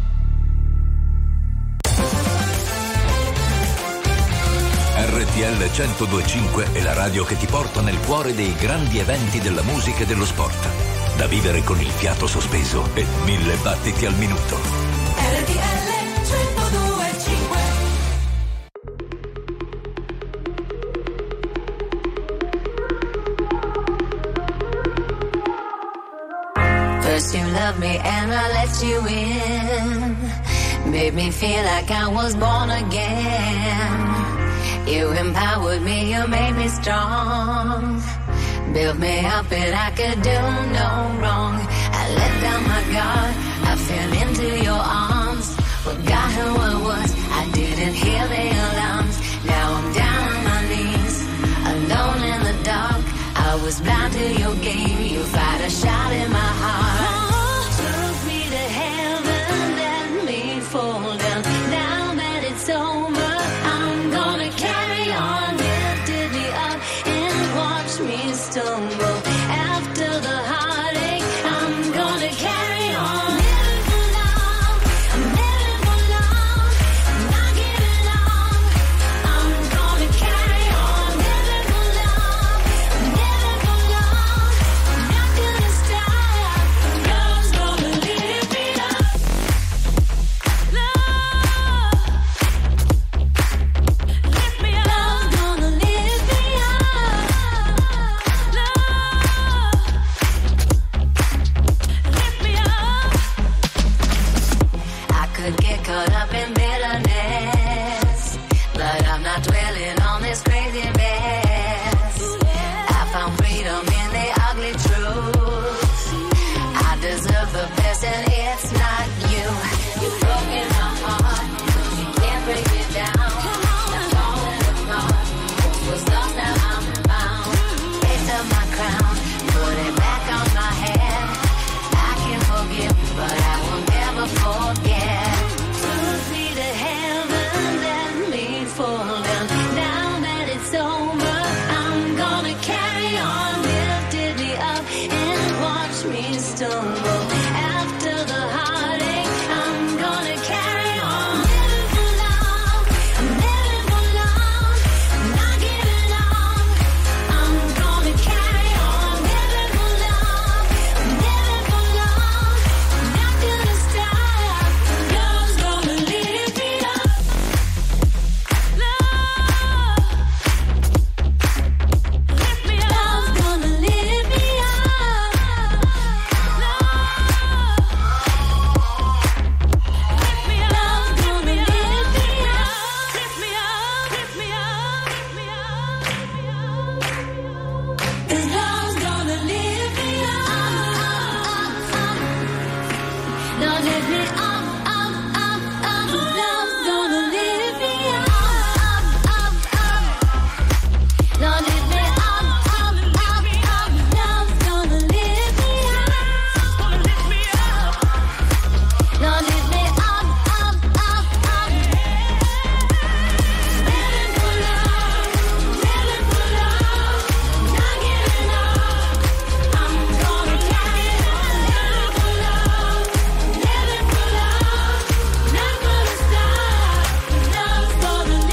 RTL 102.5 è la radio che ti porta nel cuore dei grandi eventi della musica e dello sport. Da vivere con il fiato sospeso e 1000 battiti al minuto. RTL 102.5. First you loved me and I let you in. Made me feel like I was born again. You empowered me, you made me strong. Built me up and I could do no wrong. I let down my guard, I fell into your arms. Forgot who I was, I didn't hear the alarms. Now I'm down on my knees, alone in the dark. I was blind to your game, you fired a shot in my heart. Took me to heaven, let me fall down. Now that it's over, I'm gonna carry on. Lifted me up and watch me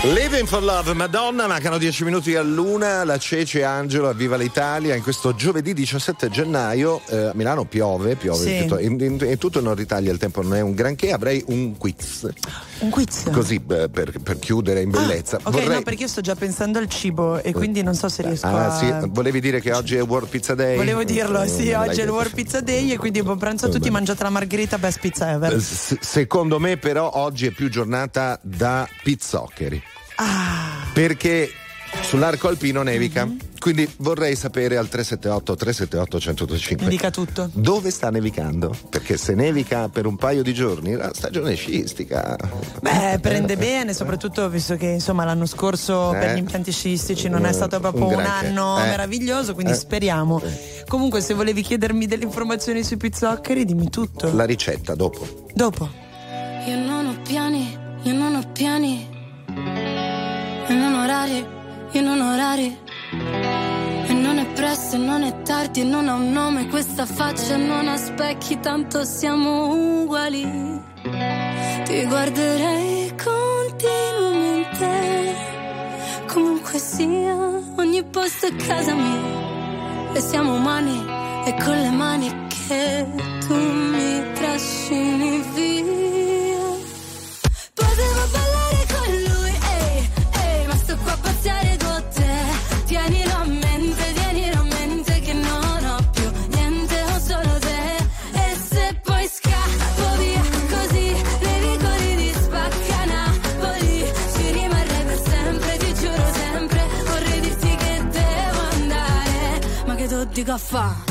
Living for Love, Madonna, mancano 10 minuti all'1, la Cece Angelo, Viva l'Italia, in questo giovedì 17 gennaio, a Milano piove, Sì. in tutto il Nord Italia il tempo non è un granché, avrei un quiz. Un quiz? Così, per chiudere in bellezza. Ok, no, perché io sto già pensando al cibo e quindi non so se riesco a... sì, volevi dire che oggi è World Pizza Day? Volevo dirlo, sì, oggi è il World Pizza Day e quindi buon pranzo a tutti, mangiate la margherita, best pizza ever. Secondo me però oggi è più giornata da pizzoccheri. Perché sull'arco alpino nevica, quindi vorrei sapere al 378-378-1025 Mi dica tutto. dove sta nevicando, perché se nevica per un paio di giorni la stagione sciistica Prende bene, soprattutto visto che insomma l'anno scorso per gli impianti sciistici non è stato proprio un granché. anno meraviglioso, quindi speriamo. Comunque se volevi chiedermi delle informazioni sui pizzoccheri dimmi tutto. La ricetta dopo. Io non ho piani, io non ho piani. E non orari, io non orari. E non è presto, e non è tardi, e non ha un nome questa faccia, non ha specchi, tanto siamo uguali. Ti guarderei continuamente, comunque sia, ogni posto è casa mia. E siamo umani, e con le mani che tu mi trascini via. Potevo ballare con lui, ma sto qua a pazziare con te. Tienilo a mente che non ho più niente, ho solo te. E se poi scappo via così, nei vicoli di Spacca Napoli, ci rimarrei per sempre, ti giuro sempre. Vorrei dirti che devo andare, ma che tu dico a fa'?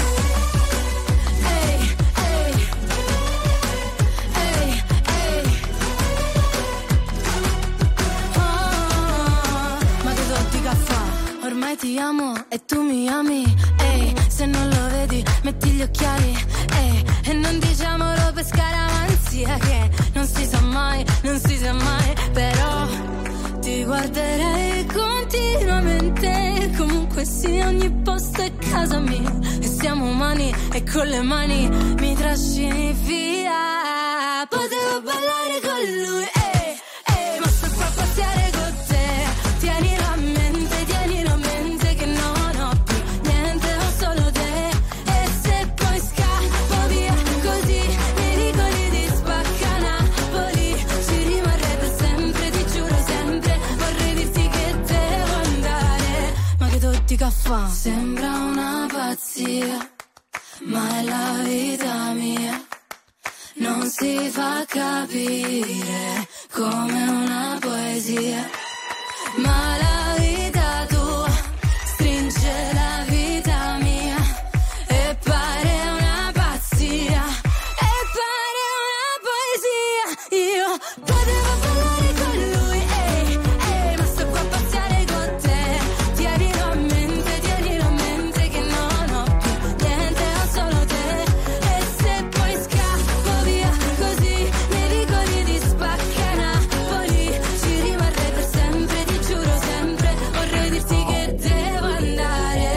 Ormai ti amo e tu mi ami, se non lo vedi metti gli occhiali, e non diciamolo per scaramanzia che non si sa mai, non si sa mai, però ti guarderei continuamente, comunque sia, ogni posto è casa mia, e siamo umani e con le mani mi trascini via. Potevo ballare con lui, ma sto qua a pazziare con te. Tienilo a mente che non ho più niente, ho solo te. E se poi scappo via così, nei vicoli di Spacca Napoli, ci rimarrei per sempre, ti giuro sempre. Vorrei dirti che devo andare, ma che tu dica fa'? Sembra una pazzia, ma è la vita mia. Non si fa capire come una poesia, ma la vita tua stringe la vita mia e pare una pazzia, e pare una poesia. Io potevo ballare con lui, ma sto qua a pazziare con te. Tienilo a mente che non ho più niente, ho solo te. E se poi scappo via così, nei vicoli di Spacca Napoli, ci rimarrei per sempre, ti giuro sempre. Vorrei dirti che devo andare,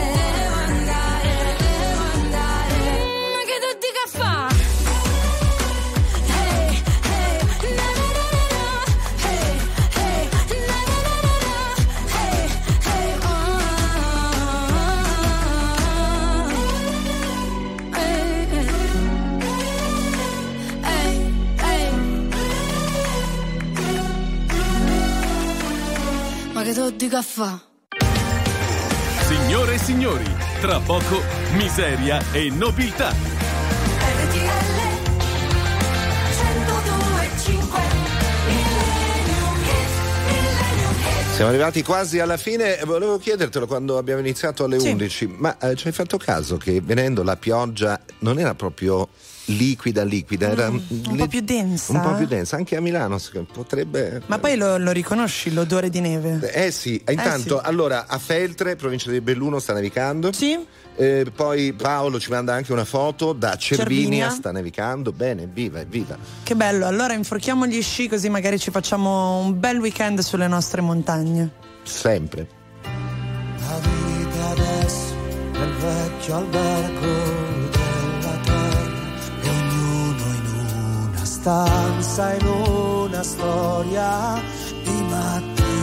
ma che tu dica fa'? Na na na na, na na na na, ma che tu dica fa'? Signore e signori, tra poco miseria e nobiltà. Siamo arrivati quasi alla fine. Volevo chiedertelo quando abbiamo iniziato alle 11, ma ci hai fatto caso che venendo la pioggia non era proprio liquida, era un po' più densa. Un po' più densa, anche a Milano potrebbe. Ma poi lo riconosci l'odore di neve? Sì, intanto sì. Allora a Feltre, provincia di Belluno, sta nevicando. Sì. Poi Paolo ci manda anche una foto da Cervinia, Cervinia. sta nevicando. Bene, evviva. Che bello, allora inforchiamo gli sci così magari ci facciamo un bel weekend sulle nostre montagne. Sempre. La vita adesso nel vecchio albergo della terra, e ognuno in una stanza, in una storia di mattina.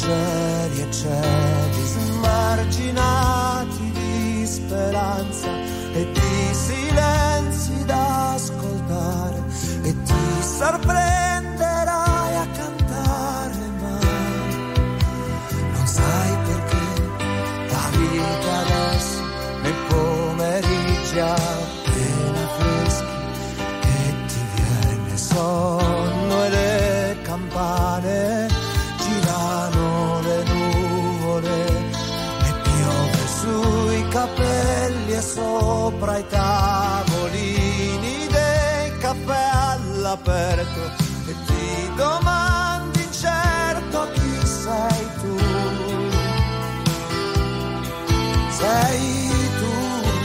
leggeri e ciechi, smarginati di speranza e di silenzi da ascoltare, e ti sorprenderai a cantare, ma non sai perché la vita adesso nei pomeriggi appena freschi e ti viene sonno e le campane girano le nuvole e piove sui capelli e sopra i tavolini dei caffè all'aperto, e ti domandi incerto chi sei tu. Sei tu,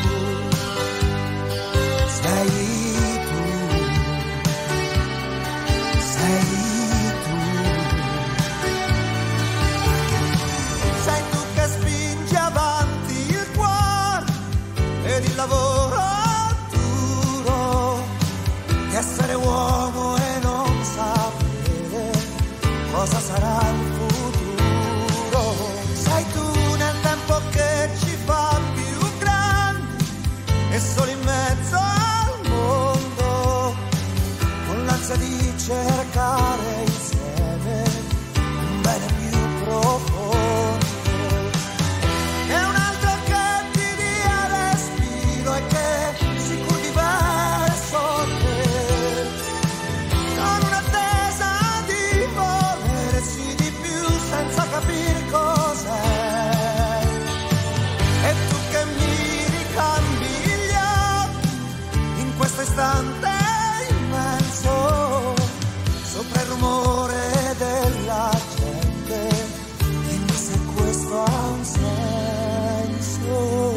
sei tu, sei tu. Sei tu che spingi avanti il cuore ed il lavoro duro, di essere uomo e non sapere cosa sarà il futuro. Sei tu nel tempo che ci fa più grandi e solo in mezzo al mondo, con l'ansia di cercare insieme un bene più profondo. E un altro che ti dia respiro e che si curvi verso te, con un'attesa di volersi di più senza capire cos'è. E tu che mi ricambi gli occhi in questo istante immenso, sopra il rumore della gente, dimmi se questo ha un senso.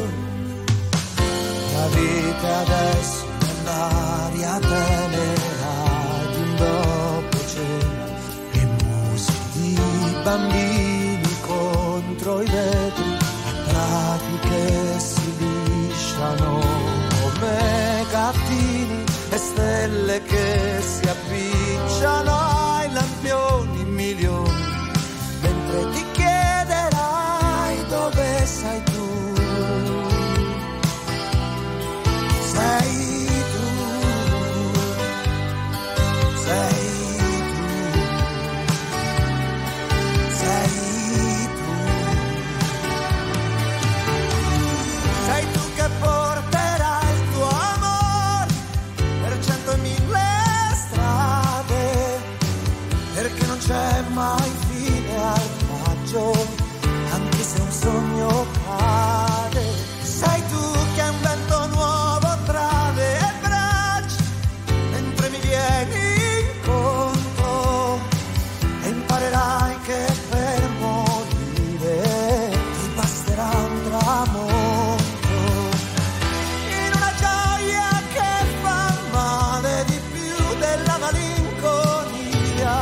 La vita adesso nell'aria tenera di un dopo cena e musiche di bambini contro i vetri, prati che si lisciano come gattini e stelle che si appicciano ai lampioni milioni, mentre ti chiederai dove sei tu. Sei tu, sei tu, sei tu. Sei tu che porterai il tuo amore per 100.000 strade, perché non c'è mai fine al viaggio, anche se un sogno cade. Sei tu che è un vento nuovo tra le braccia, mentre mi vieni incontro, e imparerai che per morire ti basterà un tramonto, in una gioia che fa male di più della malinconia,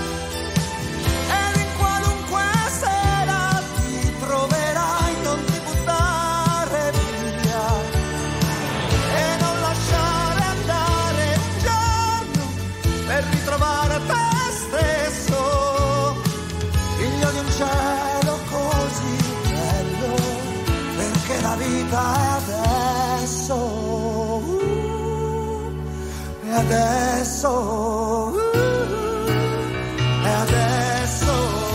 ed in qualunque sera ti troverai, non ti buttare via e non lasciare andare un giorno per ritrovare te stesso, figlio di un cielo così bello, perché la vita è adesso, e adesso, e adesso.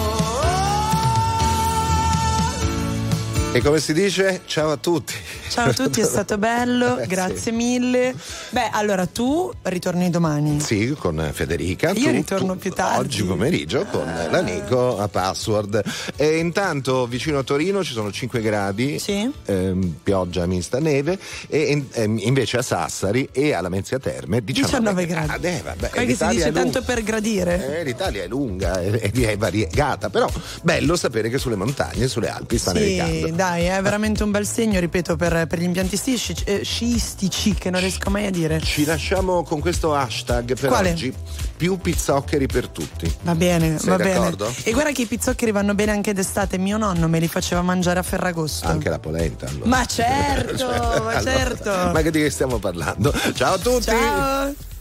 E come si dice? Ciao a tutti. Ciao a tutti, è stato bello, grazie Sì. mille. Beh, allora tu ritorni domani. Sì, con Federica. Io ritorno più tardi. Oggi pomeriggio con la Nico a Password. E intanto vicino a Torino ci sono 5 gradi, pioggia mista, neve, e invece a Sassari e alla Lamezia Terme 19 gradi. Vabbè, Poi che si dice tanto per gradire. L'Italia è lunga è variegata, però bello sapere che sulle montagne, sulle Alpi sta nevicando. Sì, dai, è veramente un bel segno, ripeto, per gli impianti sciistici, che non riesco mai a dire. Ci lasciamo con questo hashtag per Quale? oggi: più pizzoccheri per tutti. Va bene, Sei va d'accordo? bene. E guarda che i pizzoccheri vanno bene anche d'estate. Mio nonno me li faceva mangiare a Ferragosto. Anche la polenta, allora. Ma certo, ma certo. Ma di che stiamo parlando? Ciao a tutti. Ciao.